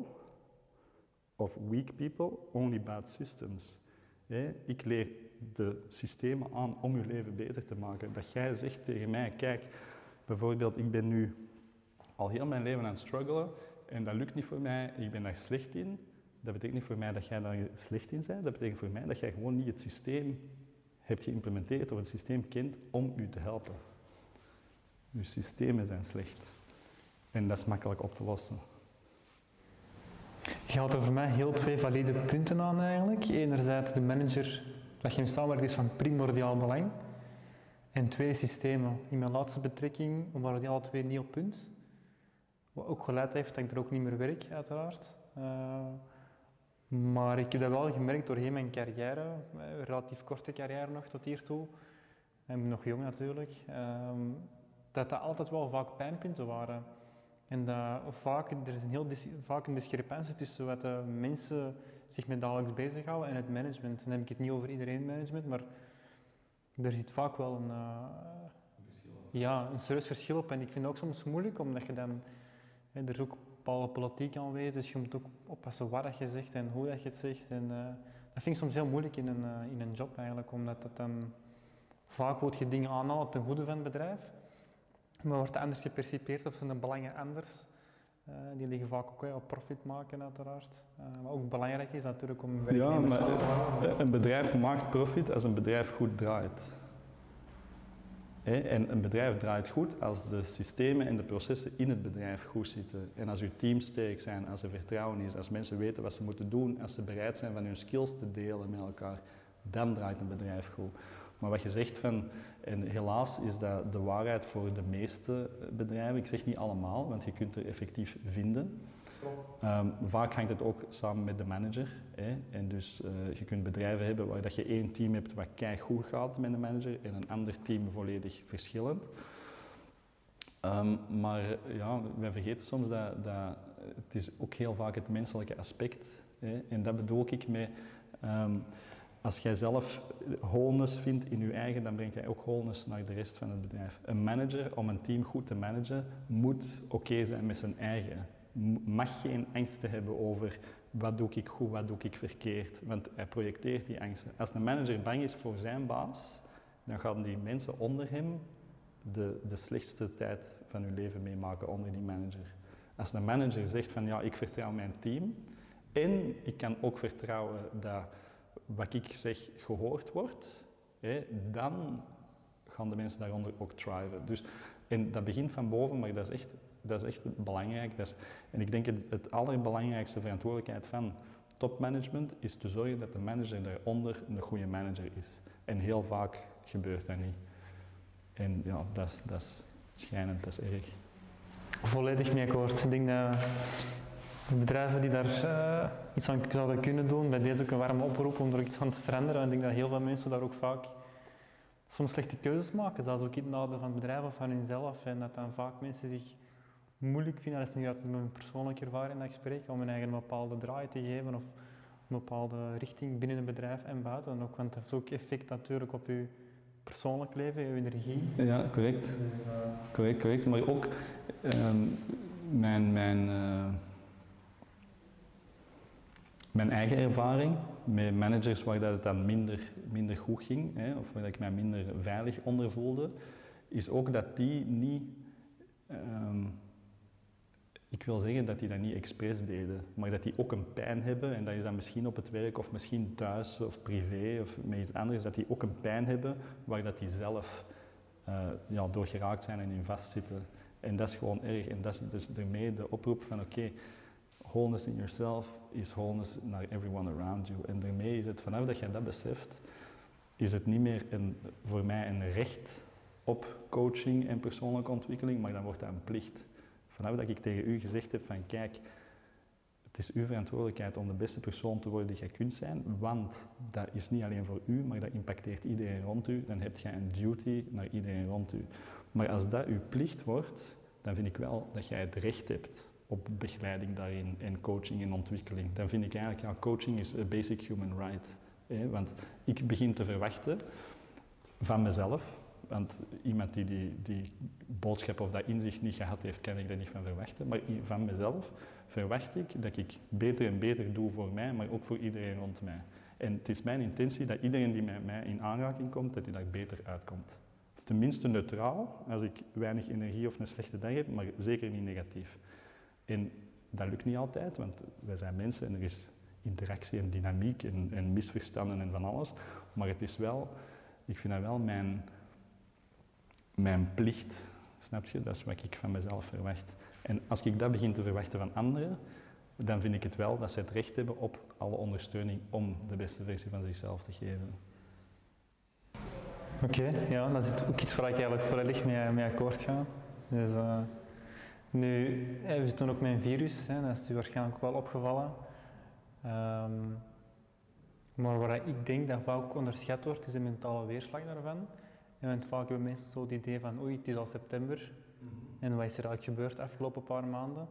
of weak people, only bad systems. Ik leer de systemen aan om je leven beter te maken. Dat jij zegt tegen mij, kijk, bijvoorbeeld ik ben nu al heel mijn leven aan het struggelen en dat lukt niet voor mij, ik ben daar slecht in. Dat betekent niet voor mij dat jij daar slecht in bent, dat betekent voor mij dat jij gewoon niet het systeem hebt geïmplementeerd of het systeem kent om u te helpen. Je systemen zijn slecht. En dat is makkelijk op te lossen. Je haalt er voor mij heel twee valide punten aan eigenlijk. Enerzijds de manager, dat je hem samenwerkt, is van primordiaal belang. En twee, systemen. In mijn laatste betrekking waren die alle twee niet op punt. Wat ook geleid heeft dat ik er ook niet meer werk, uiteraard. Maar ik heb dat wel gemerkt doorheen mijn carrière, relatief korte carrière nog tot hiertoe. Ik ben nog jong natuurlijk. Dat altijd wel vaak pijnpunten waren. En dat er is vaak een discrepantie tussen wat de mensen zich met dagelijks bezighouden en het management. Dan heb ik het niet over iedereen management, maar er zit vaak wel een serieus verschil op. En ik vind het ook soms moeilijk, omdat je dan, er is ook bepaalde politiek aanwezig, dus je moet ook oppassen wat je zegt en hoe dat je het zegt. En dat vind ik soms heel moeilijk in een job eigenlijk, omdat dat dan vaak wordt je dingen aanhalen ten goede van het bedrijf. Maar wordt anders gepercipeerd of zijn de belangen anders. Die liggen vaak ook op profit maken uiteraard. Maar ook belangrijk is natuurlijk om werknemers te houden. Een bedrijf maakt profit als een bedrijf goed draait. En een bedrijf draait goed als de systemen en de processen in het bedrijf goed zitten. En als uw team sterk zijn, als er vertrouwen is, als mensen weten wat ze moeten doen, als ze bereid zijn van hun skills te delen met elkaar, dan draait een bedrijf goed. Maar wat je zegt en helaas is dat de waarheid voor de meeste bedrijven, ik zeg niet allemaal, want je kunt er effectief vinden. Vaak hangt het ook samen met de manager. En dus je kunt bedrijven hebben waar dat je één team hebt wat keigoed gaat met de manager en een ander team volledig verschillend. Maar ja, wij vergeten soms dat het is ook heel vaak het menselijke aspect. En dat bedoel ik met... Als jij zelf wholeness vindt in je eigen, dan brengt jij ook wholeness naar de rest van het bedrijf. Een manager, om een team goed te managen, moet oké zijn met zijn eigen. Mag geen angsten hebben over wat doe ik goed, wat doe ik verkeerd. Want hij projecteert die angsten. Als een manager bang is voor zijn baas, dan gaan die mensen onder hem de slechtste tijd van hun leven meemaken onder die manager. Als een manager zegt van ja, ik vertrouw mijn team en ik kan ook vertrouwen dat wat ik zeg gehoord wordt, dan gaan de mensen daaronder ook thriven. Dus, en dat begint van boven, maar dat is echt belangrijk. En ik denk het allerbelangrijkste verantwoordelijkheid van topmanagement is te zorgen dat de manager daaronder een goede manager is. En heel vaak gebeurt dat niet. En ja, dat is schrijnend, dat is erg. Volledig mee akkoord. Ik denk dat bedrijven die daar iets aan zouden kunnen doen, bij deze ook een warme oproep om er iets aan te veranderen. En ik denk dat heel veel mensen daar ook vaak soms slechte keuzes maken, zelfs ook in het nadeel van het bedrijf of van hunzelf. En dat dan vaak mensen zich moeilijk vinden, dat is nu uit mijn persoonlijke ervaring dat ik spreek, om hun eigen een bepaalde draai te geven of een bepaalde richting binnen een bedrijf en buiten. En ook, want het heeft ook effect natuurlijk op je persoonlijk leven, je energie. Ja, correct. Dus, correct. Maar ook mijn eigen ervaring met managers waar dat het dan minder goed ging, of waar ik mij minder veilig onder voelde, is ook dat die niet, ik wil zeggen dat die dat niet expres deden, maar dat die ook een pijn hebben, en dat is dan misschien op het werk of misschien thuis of privé of met iets anders, dat die ook een pijn hebben waar dat die zelf door geraakt zijn en in vastzitten. En dat is gewoon erg. En dat is dus daarmee de oproep van oké, wholeness in yourself is wholeness naar everyone around you. En daarmee is het, vanaf dat je dat beseft, is het niet meer voor mij een recht op coaching en persoonlijke ontwikkeling, maar dan wordt dat een plicht. Vanaf dat ik tegen u gezegd heb van kijk, het is uw verantwoordelijkheid om de beste persoon te worden die jij kunt zijn, want dat is niet alleen voor u, maar dat impacteert iedereen rond u, dan heb je een duty naar iedereen rond u. Maar als dat uw plicht wordt, dan vind ik wel dat jij het recht hebt op begeleiding daarin en coaching en ontwikkeling. Dan vind ik eigenlijk, ja, coaching is a basic human right. Want ik begin te verwachten van mezelf, want iemand die boodschap of dat inzicht niet gehad heeft, kan ik daar niet van verwachten, maar van mezelf verwacht ik dat ik beter en beter doe voor mij, maar ook voor iedereen rond mij. En het is mijn intentie dat iedereen die met mij in aanraking komt, dat hij daar beter uitkomt. Tenminste neutraal, als ik weinig energie of een slechte dag heb, maar zeker niet negatief. En dat lukt niet altijd, want wij zijn mensen en er is interactie en dynamiek en misverstanden en van alles. Maar het is wel, ik vind dat wel mijn plicht, snap je? Dat is wat ik van mezelf verwacht. En als ik dat begin te verwachten van anderen, dan vind ik het wel dat ze het recht hebben op alle ondersteuning om de beste versie van zichzelf te geven. Oké, ja, dat is ook iets waar ik eigenlijk volledig mee akkoord ga. Dus, nu, we zitten ook met een virus, dat is u waarschijnlijk ook wel opgevallen. Maar waar ik denk dat vaak ook onderschat wordt, is de mentale weerslag daarvan. En want vaak hebben mensen zo het idee van, oei, het is al september. En wat is er eigenlijk gebeurd de afgelopen paar maanden?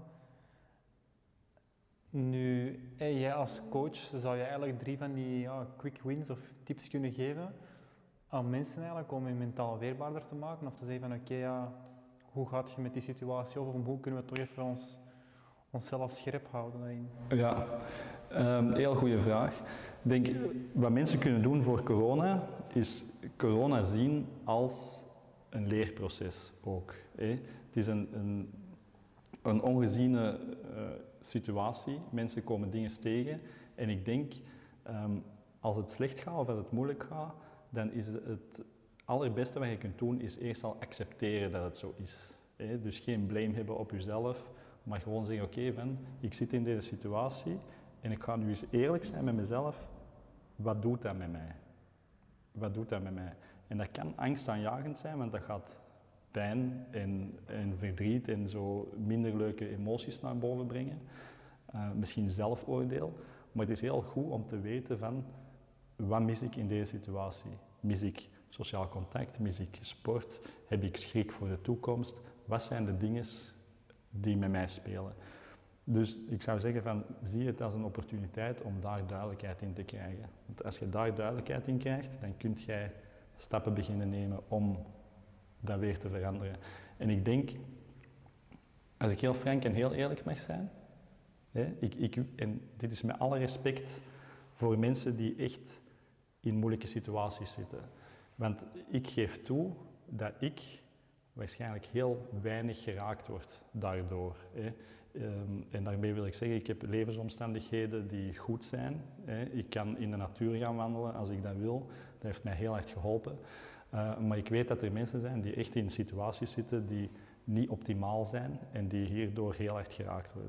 Nu, jij als coach, zou je eigenlijk 3 van die quick wins of tips kunnen geven aan mensen eigenlijk om je mentaal weerbaarder te maken? Of te zeggen van oké, hoe gaat je met die situatie of hoe kunnen we toch even onszelf scherp houden daarin? Ja, heel goede vraag. Ik denk, wat mensen kunnen doen voor corona, is corona zien als een leerproces ook. Het is een ongeziene situatie, mensen komen dingen tegen en ik denk, als het slecht gaat of als het moeilijk gaat, dan is het allerbeste wat je kunt doen, is eerst al accepteren dat het zo is. Dus geen blame hebben op jezelf, maar gewoon zeggen, oké, ik zit in deze situatie en ik ga nu eens eerlijk zijn met mezelf. Wat doet dat met mij? Wat doet dat met mij? En dat kan angstaanjagend zijn, want dat gaat pijn en verdriet en zo minder leuke emoties naar boven brengen. Misschien zelfoordeel. Maar het is heel goed om te weten van, wat mis ik in deze situatie? Mis ik sociaal contact? Mis ik sport? Heb ik schrik voor de toekomst? Wat zijn de dingen die met mij spelen? Dus ik zou zeggen van, zie het als een opportuniteit om daar duidelijkheid in te krijgen. Want als je daar duidelijkheid in krijgt, dan kun jij stappen beginnen nemen om dat weer te veranderen. En ik denk, als ik heel frank en heel eerlijk mag zijn, en dit is met alle respect voor mensen die echt in moeilijke situaties zitten. Want ik geef toe dat ik waarschijnlijk heel weinig geraakt word daardoor. En daarmee wil ik zeggen, ik heb levensomstandigheden die goed zijn. Ik kan in de natuur gaan wandelen als ik dat wil. Dat heeft mij heel erg geholpen. Maar ik weet dat er mensen zijn die echt in situaties zitten die niet optimaal zijn en die hierdoor heel hard geraakt worden.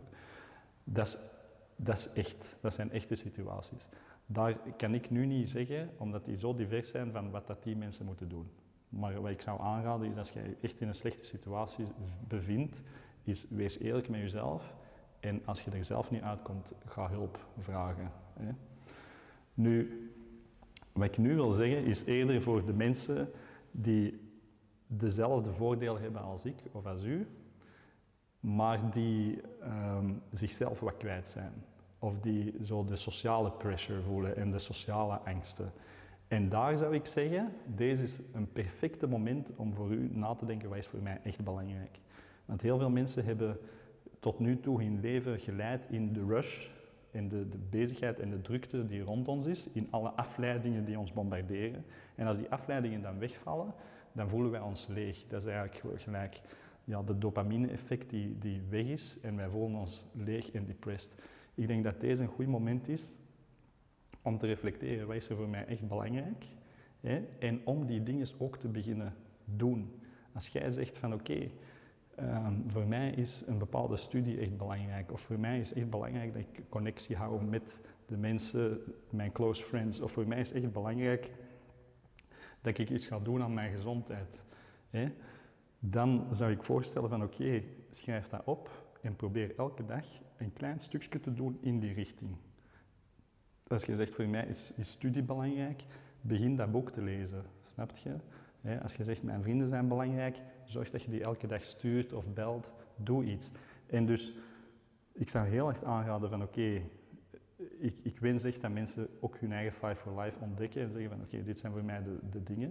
Dat is echt, dat zijn echte situaties. Daar kan ik nu niet zeggen, omdat die zo divers zijn, van wat dat die mensen moeten doen. Maar wat ik zou aanraden is, als je je echt in een slechte situatie bevindt, is wees eerlijk met jezelf. En als je er zelf niet uitkomt, ga hulp vragen. Hè. Nu, wat ik nu wil zeggen, is eerder voor de mensen die dezelfde voordelen hebben als ik of als u, maar die zichzelf wat kwijt zijn. Of die zo de sociale pressure voelen en de sociale angsten. En daar zou ik zeggen, deze is een perfecte moment om voor u na te denken, wat is voor mij echt belangrijk. Want heel veel mensen hebben tot nu toe hun leven geleid in de rush, in de bezigheid en de drukte die rond ons is, in alle afleidingen die ons bombarderen. En als die afleidingen dan wegvallen, dan voelen wij ons leeg. Dat is eigenlijk gelijk de dopamine-effect die weg is en wij voelen ons leeg en depressed. Ik denk dat deze een goed moment is om te reflecteren, wat is er voor mij echt belangrijk? Hè? En om die dingen ook te beginnen doen. Als jij zegt van oké, voor mij is een bepaalde studie echt belangrijk, of voor mij is echt belangrijk dat ik connectie hou met de mensen, mijn close friends, of voor mij is echt belangrijk dat ik iets ga doen aan mijn gezondheid. Hè? Dan zou ik voorstellen van oké, schrijf dat op en probeer elke dag een klein stukje te doen in die richting. Als je zegt, voor mij is studie belangrijk, begin dat boek te lezen, snap je? Als je zegt, mijn vrienden zijn belangrijk, zorg dat je die elke dag stuurt of belt, doe iets. En dus, ik zou heel erg aanraden van oké, ik wens echt dat mensen ook hun eigen Five for Life ontdekken en zeggen van oké, dit zijn voor mij de dingen.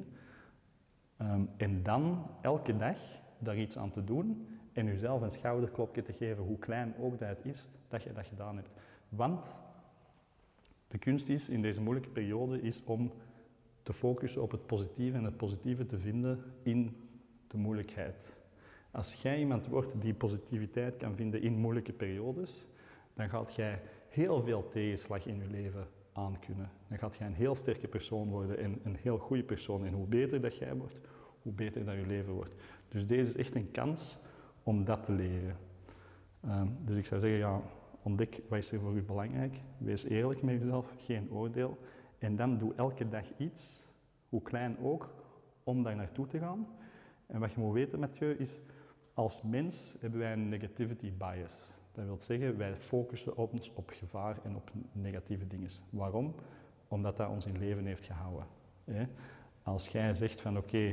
En dan elke dag daar iets aan te doen en jezelf een schouderklopje te geven, hoe klein ook dat het is, dat je dat gedaan hebt. Want de kunst is in deze moeilijke periode is om te focussen op het positieve en het positieve te vinden in de moeilijkheid. Als jij iemand wordt die positiviteit kan vinden in moeilijke periodes, dan gaat jij heel veel tegenslag in je leven aankunnen. Dan gaat jij een heel sterke persoon worden en een heel goede persoon. En hoe beter dat jij wordt, hoe beter dat je leven wordt. Dus deze is echt een kans om dat te leren. Dus ik zou zeggen, ontdek wat is er voor u belangrijk. Wees eerlijk met jezelf, geen oordeel. En dan doe elke dag iets, hoe klein ook, om daar naartoe te gaan. En wat je moet weten, Mathieu, is als mens hebben wij een negativity bias. Dat wil zeggen, wij focussen ons op gevaar en op negatieve dingen. Waarom? Omdat dat ons in leven heeft gehouden. Als jij zegt van oké,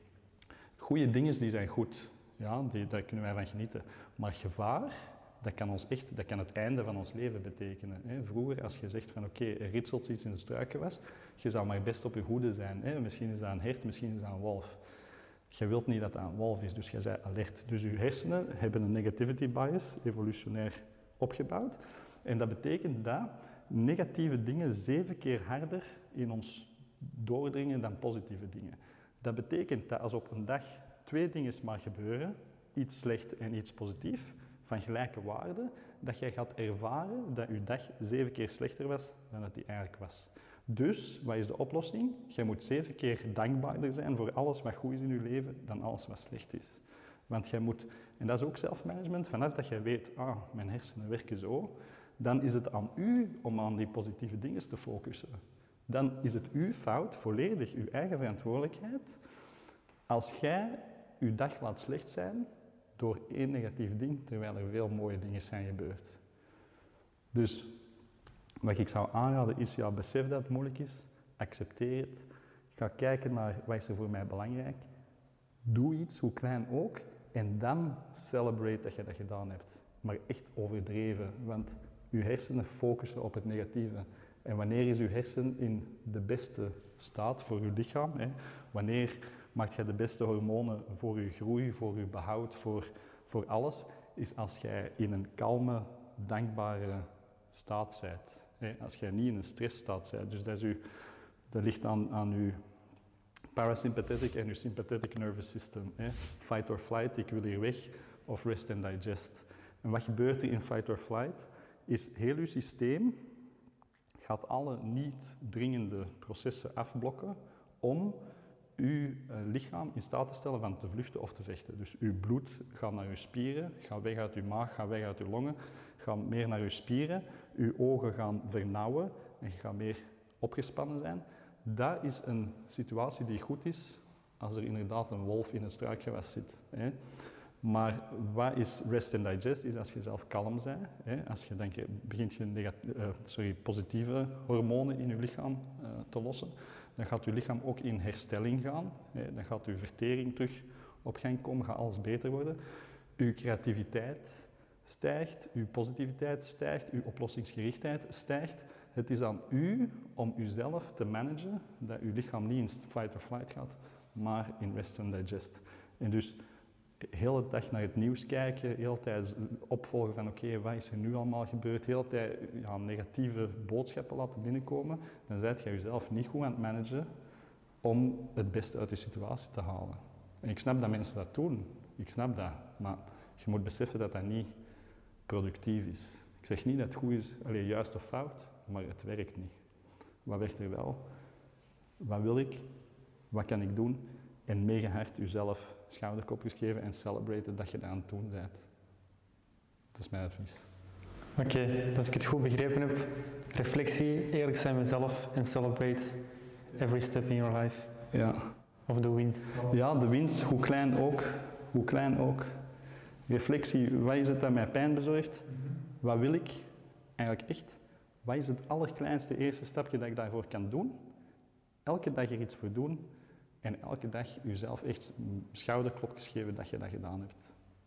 goede dingen die zijn goed, daar kunnen wij van genieten. Maar gevaar, dat kan het einde van ons leven betekenen. Vroeger, als je zegt van oké, er ritselt iets in de struikenwas, je zou maar best op je hoede zijn. Misschien is dat een hert, misschien is dat een wolf. Je wilt niet dat dat een wolf is, dus je bent alert. Dus je hersenen hebben een negativity bias, evolutionair opgebouwd. En dat betekent dat negatieve dingen 7 keer harder in ons doordringen dan positieve dingen. Dat betekent dat als op een dag 2 dingen maar gebeuren, iets slecht en iets positief, van gelijke waarde, dat jij gaat ervaren dat je dag 7 keer slechter was dan dat die eigenlijk was. Dus, wat is de oplossing? Jij moet 7 keer dankbaarder zijn voor alles wat goed is in je leven dan alles wat slecht is. Want jij moet, en dat is ook zelfmanagement, vanaf dat jij weet, mijn hersenen werken zo, dan is het aan u om aan die positieve dingen te focussen. Dan is het uw fout, volledig uw eigen verantwoordelijkheid, als jij je dag laat slecht zijn door 1 negatief ding, terwijl er veel mooie dingen zijn gebeurd. Dus wat ik zou aanraden is, besef dat het moeilijk is, accepteer het, ga kijken naar wat is er voor mij belangrijk, doe iets, hoe klein ook, en dan celebrate dat je dat gedaan hebt. Maar echt overdreven, want je hersenen focussen op het negatieve. En wanneer is je hersen in de beste staat voor je lichaam? Wanneer maakt je de beste hormonen voor je groei, voor je behoud, voor alles? Is als jij in een kalme, dankbare staat bent. Als jij niet in een stressstaat bent. Dus dat ligt aan je parasympathetic en je sympathetic nervous system. Fight or flight, ik wil hier weg, of rest and digest. En wat gebeurt er in fight or flight? Is heel je systeem gaat alle niet dringende processen afblokken om uw lichaam in staat te stellen van te vluchten of te vechten. Dus uw bloed gaat naar uw spieren, gaat weg uit uw maag, gaat weg uit uw longen, gaat meer naar uw spieren. Uw ogen gaan vernauwen en je gaat meer opgespannen zijn. Dat is een situatie die goed is als er inderdaad een wolf in het struikgewas zit. Hè. Maar wat is rest and digest? Is als je zelf kalm bent. Hè. Als je begint je positieve hormonen in je lichaam te lossen, dan gaat je lichaam ook in herstelling gaan. Hè. Dan gaat je vertering terug op gang komen, gaat alles beter worden. Uw creativiteit stijgt, uw positiviteit stijgt, uw oplossingsgerichtheid stijgt. Het is aan u om uzelf te managen, dat uw lichaam niet in fight or flight gaat, maar in rest and digest. En dus de hele dag naar het nieuws kijken, de hele tijd opvolgen van oké, wat is er nu allemaal gebeurd, de hele tijd negatieve boodschappen laten binnenkomen, dan zijt je jezelf niet goed aan het managen om het beste uit de situatie te halen. En ik snap dat mensen dat doen, ik snap dat, maar je moet beseffen dat dat niet productief is. Ik zeg niet dat het goed is, juist of fout, maar het werkt niet. Wat werkt er wel? Wat wil ik? Wat kan ik doen? En mega hard jezelf schouderklopjes geven en celebraten dat je dat aan het doen bent. Dat is mijn advies. Oké, dus als ik het goed begrepen heb, reflectie, eerlijk zijn met mezelf en celebrate every step in your life. Ja. Of de winst. Ja, de winst, hoe klein ook. Hoe klein ook. Reflectie, wat is het dat mij pijn bezorgt? Wat wil ik eigenlijk echt? Wat is het allerkleinste eerste stapje dat ik daarvoor kan doen? Elke dag er iets voor doen en elke dag jezelf echt schouderklopjes geven dat je dat gedaan hebt.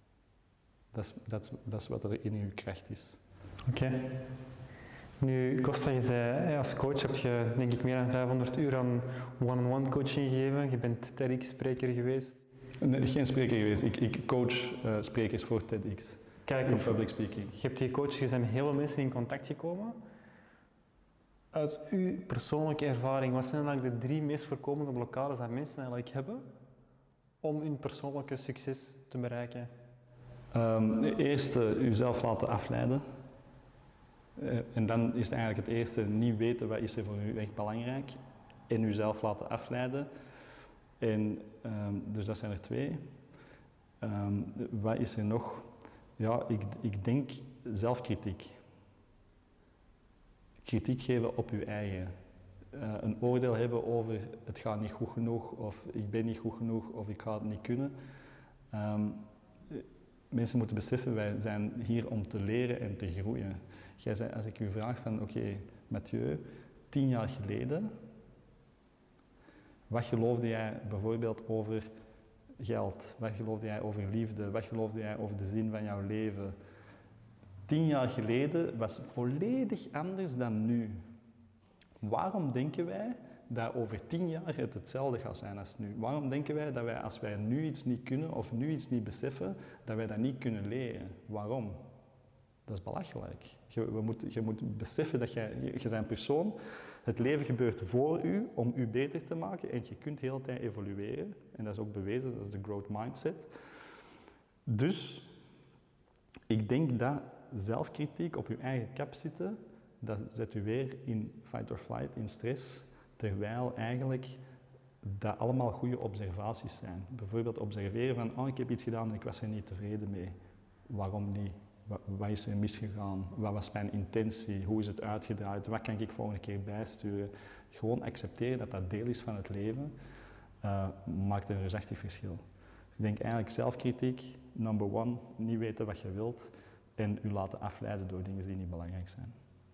Dat is wat er in je kracht is. Oké. Nu, Costa, je zei, als coach heb je denk ik meer dan 500 uur aan one-on-one coaching gegeven. Je bent TEDx-spreker geweest. Nee, geen spreker geweest. Ik coach sprekers voor TEDx. Kijk, in public speaking. Je hebt die coach, je zijn met heel veel mensen in contact gekomen. Uit uw persoonlijke ervaring, wat zijn eigenlijk de 3 meest voorkomende blokkades dat mensen eigenlijk hebben om hun persoonlijke succes te bereiken? Eerst jezelf laten afleiden. En dan is het eigenlijk het eerste niet weten wat is er voor u echt belangrijk en jezelf laten afleiden. En, dus dat zijn er 2. Wat is er nog? Ja, ik denk zelfkritiek. Kritiek geven op je eigen. Een oordeel hebben over het gaat niet goed genoeg of ik ben niet goed genoeg of ik ga het niet kunnen. Mensen moeten beseffen, wij zijn hier om te leren en te groeien. Jij zei, als ik u vraag van oké, Mathieu, 10 jaar geleden, wat geloofde jij bijvoorbeeld over geld? Wat geloofde jij over liefde? Wat geloofde jij over de zin van jouw leven? 10 jaar geleden was volledig anders dan nu. Waarom denken wij dat over 10 jaar het hetzelfde gaat zijn als nu? Waarom denken wij dat wij, als wij nu iets niet kunnen of nu iets niet beseffen, dat wij dat niet kunnen leren? Waarom? Dat is belachelijk. Je moet beseffen dat je bent een persoon. Het leven gebeurt voor u om u beter te maken en je kunt de hele tijd evolueren. En dat is ook bewezen, dat is de growth mindset. Dus ik denk dat zelfkritiek op je eigen kap zitten, dat zet u weer in fight or flight, in stress, terwijl eigenlijk dat allemaal goede observaties zijn. Bijvoorbeeld observeren van, oh, ik heb iets gedaan en ik was er niet tevreden mee. Waarom niet? Wat is er misgegaan? Wat was mijn intentie? Hoe is het uitgedraaid? Wat kan ik volgende keer bijsturen? Gewoon accepteren dat dat deel is van het leven, maakt een reusachtig verschil. Ik denk eigenlijk zelfkritiek, number 1, niet weten wat je wilt en u laten afleiden door dingen die niet belangrijk zijn.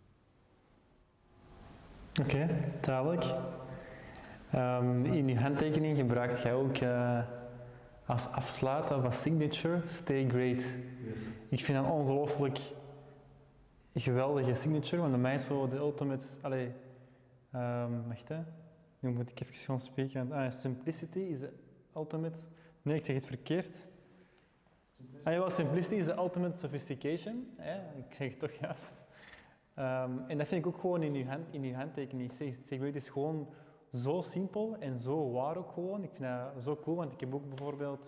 Oké, duidelijk. In uw handtekening gebruikt jij ook als afsluiter van signature, stay great. Yes. Ik vind dat een ongelooflijk geweldige signature, want bij mij is zo de ultimate, wacht hè, nu moet ik even gaan spreken, want simplicity is the ultimate, nee ik zeg het verkeerd. Jawel, simplicity is the ultimate sophistication, ik zeg het toch juist. En dat vind ik ook gewoon in uw handtekening. Stay great is gewoon zo simpel en zo waar ook gewoon. Ik vind dat zo cool, want ik heb ook bijvoorbeeld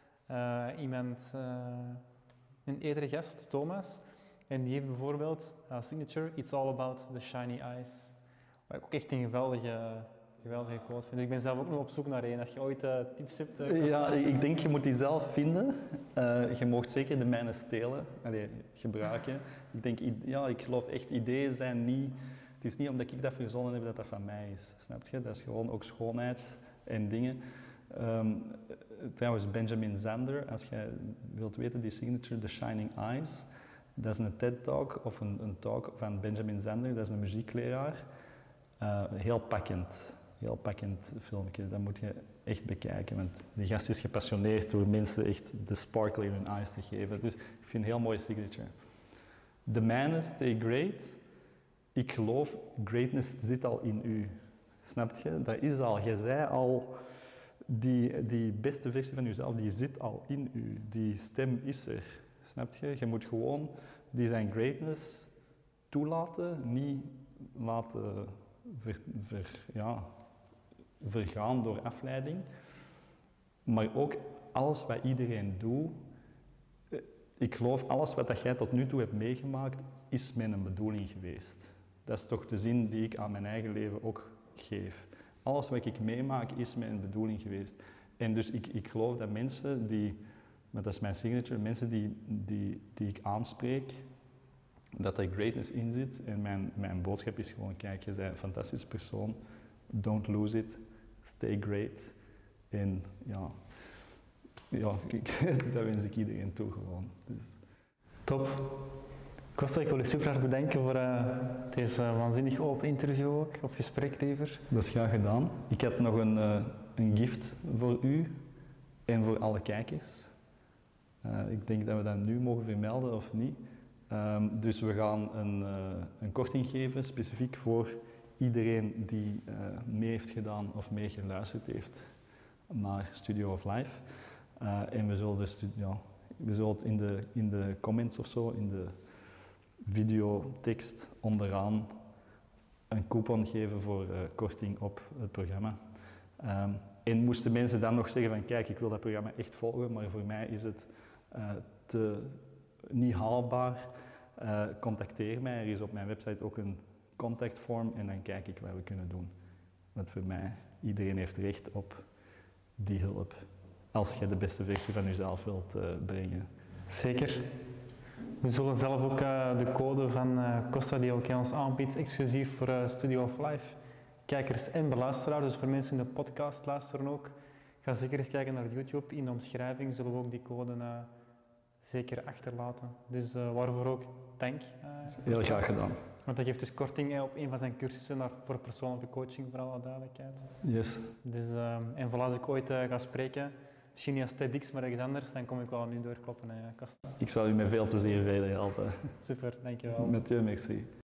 een eerdere gast, Thomas, en die heeft bijvoorbeeld signature, it's all about the shiny eyes. Wat ik ook echt een geweldige geweldige quote vind. Ik ben zelf ook nog op zoek naar één. Als je ooit tips hebt. Ja, ik denk je moet die zelf vinden. Je mag zeker de mijne stelen, gebruiken. Ik denk, ja, ik geloof echt, ideeën zijn niet... Het is niet omdat ik dat verzonnen heb dat dat van mij is. Snap je? Dat is gewoon ook schoonheid en dingen. Trouwens, Benjamin Zander, als je wilt weten, die signature The Shining Eyes, dat is een TED-talk of een talk van Benjamin Zander, dat is een muziekleraar. Heel pakkend filmpje, dat moet je echt bekijken, want die gast is gepassioneerd door mensen echt de sparkle in hun eyes te geven. Dus ik vind een heel mooie signature. De mijne, Stay Great. Ik geloof, greatness zit al in u. Snap je? Dat is al. Je zei al, die beste versie van jezelf, die zit al in u. Die stem is er. Snap je? Je moet gewoon zijn greatness toelaten, niet laten vergaan door afleiding. Maar ook alles wat iedereen doet, ik geloof alles wat jij tot nu toe hebt meegemaakt, is met een bedoeling geweest. Dat is toch de zin die ik aan mijn eigen leven ook geef. Alles wat ik meemaak is met een bedoeling geweest. En dus ik geloof dat mensen maar dat is mijn signature, mensen die ik aanspreek, dat er greatness in zit. En mijn boodschap is gewoon, kijk, je bent een fantastische persoon, don't lose it, stay great. En ja dat wens ik iedereen toe gewoon. Dus. Top. Costa, ik wil je super hard bedanken voor deze waanzinnig open interview ook, of gesprek liever. Dat is graag gedaan. Ik heb nog een gift voor u en voor alle kijkers. Ik denk dat we dat nu mogen vermelden of niet. Dus we gaan een korting geven, specifiek voor iedereen die mee heeft gedaan of mee geluisterd heeft naar Studio of Life. En we zullen het in de comments of zo, in de videotekst onderaan een coupon geven voor korting op het programma. En moesten mensen dan nog zeggen van kijk, ik wil dat programma echt volgen, maar voor mij is het niet haalbaar, contacteer mij. Er is op mijn website ook een contactvorm en dan kijk ik wat we kunnen doen. Want voor mij, iedereen heeft recht op die hulp, als je de beste versie van jezelf wilt brengen. Zeker. We zullen zelf ook de code van Costa die ook ons aanbiedt, exclusief voor Studio of Life kijkers en beluisteraars, dus voor mensen in de podcast luisteren ook. Ga zeker eens kijken naar YouTube. In de omschrijving zullen we ook die code zeker achterlaten. Dus waarvoor ook dank. Heel graag gedaan. Want dat geeft dus korting op een van zijn cursussen voor persoonlijke coaching, voor alle duidelijkheid. Yes. Dus, en voilà, als ik ooit ga spreken, misschien niet als TEDx, maar ergens anders, dan kom ik wel nu doorkloppen, Costa. Ik zal u met veel plezier verder helpen. Super, dankjewel. Met je, merci.